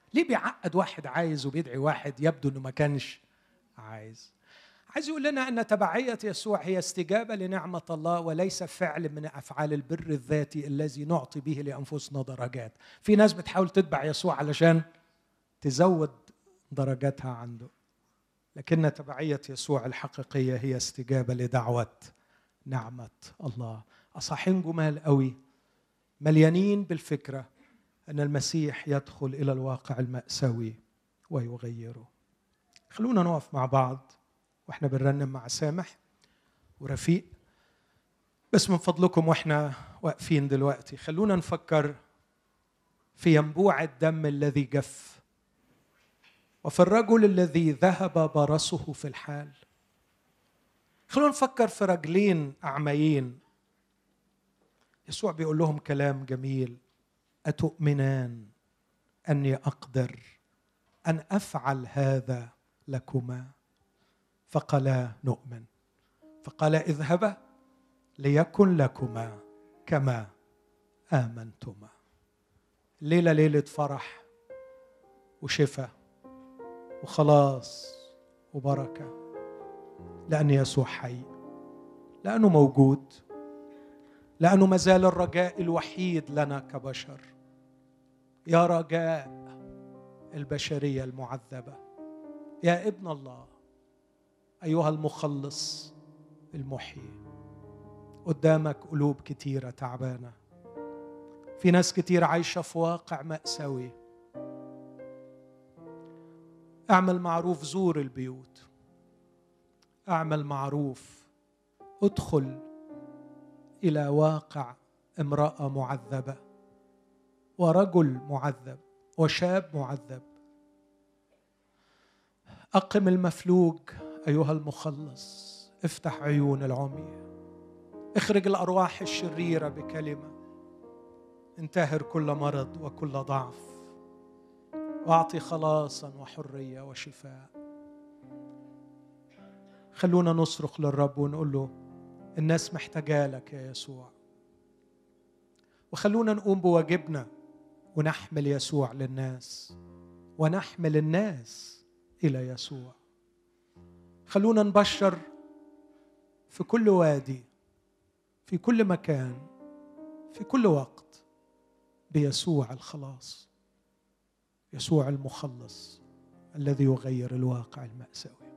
ليه بيعقد واحد عايز وبيدعي واحد يبدو أنه ما كانش عايز؟ عايز يقول لنا أن تبعية يسوع هي استجابة لنعمة الله وليس فعل من أفعال البر الذاتي الذي نعطي به لأنفسنا درجات. في ناس بتحاول تتبع يسوع علشان تزود درجاتها عنده، لكن تبعية يسوع الحقيقية هي استجابة لدعوة نعمة الله. أصحين جمال قوي مليانين بالفكرة أن المسيح يدخل إلى الواقع المأساوي ويغيره. خلونا نقف مع بعض وإحنا بنرنم مع سامح ورفيق، بس من فضلكم وإحنا واقفين دلوقتي خلونا نفكر في ينبوع الدم الذي جف وفي الرجل الذي ذهب برصه في الحال. خلونا نفكر في رجلين أعميين يسوع بيقول لهم كلام جميل: أتؤمنان أني أقدر أن أفعل هذا لكما؟ فقالا نؤمن. فقال اذهبا ليكن لكما كما آمنتما. الليلة ليلة فرح وشفاء وخلاص وبركة، لأن يسوع حي، لأنه موجود، لأنه مازال الرجاء الوحيد لنا كبشر. يا رجاء البشرية المعذبة، يا ابن الله أيها المخلص المحيي، قدامك قلوب كتيرة تعبانة، في ناس كتير عايشة في واقع مأساوي. اعمل معروف، زور البيوت، اعمل معروف، ادخل إلى واقع امرأة معذبة ورجل معذب وشاب معذب. أقم المفلوج أيها المخلص، افتح عيون العمي، اخرج الأرواح الشريرة بكلمة، انتهر كل مرض وكل ضعف، واعطي خلاصا وحرية وشفاء. خلونا نصرخ للرب ونقول له الناس محتاجة لك يا يسوع، وخلونا نقوم بواجبنا ونحمل يسوع للناس ونحمل الناس إلى يسوع. خلونا نبشر في كل وادي، في كل مكان، في كل وقت بيسوع الخلاص، يسوع المخلص الذي يغير الواقع المأساوي.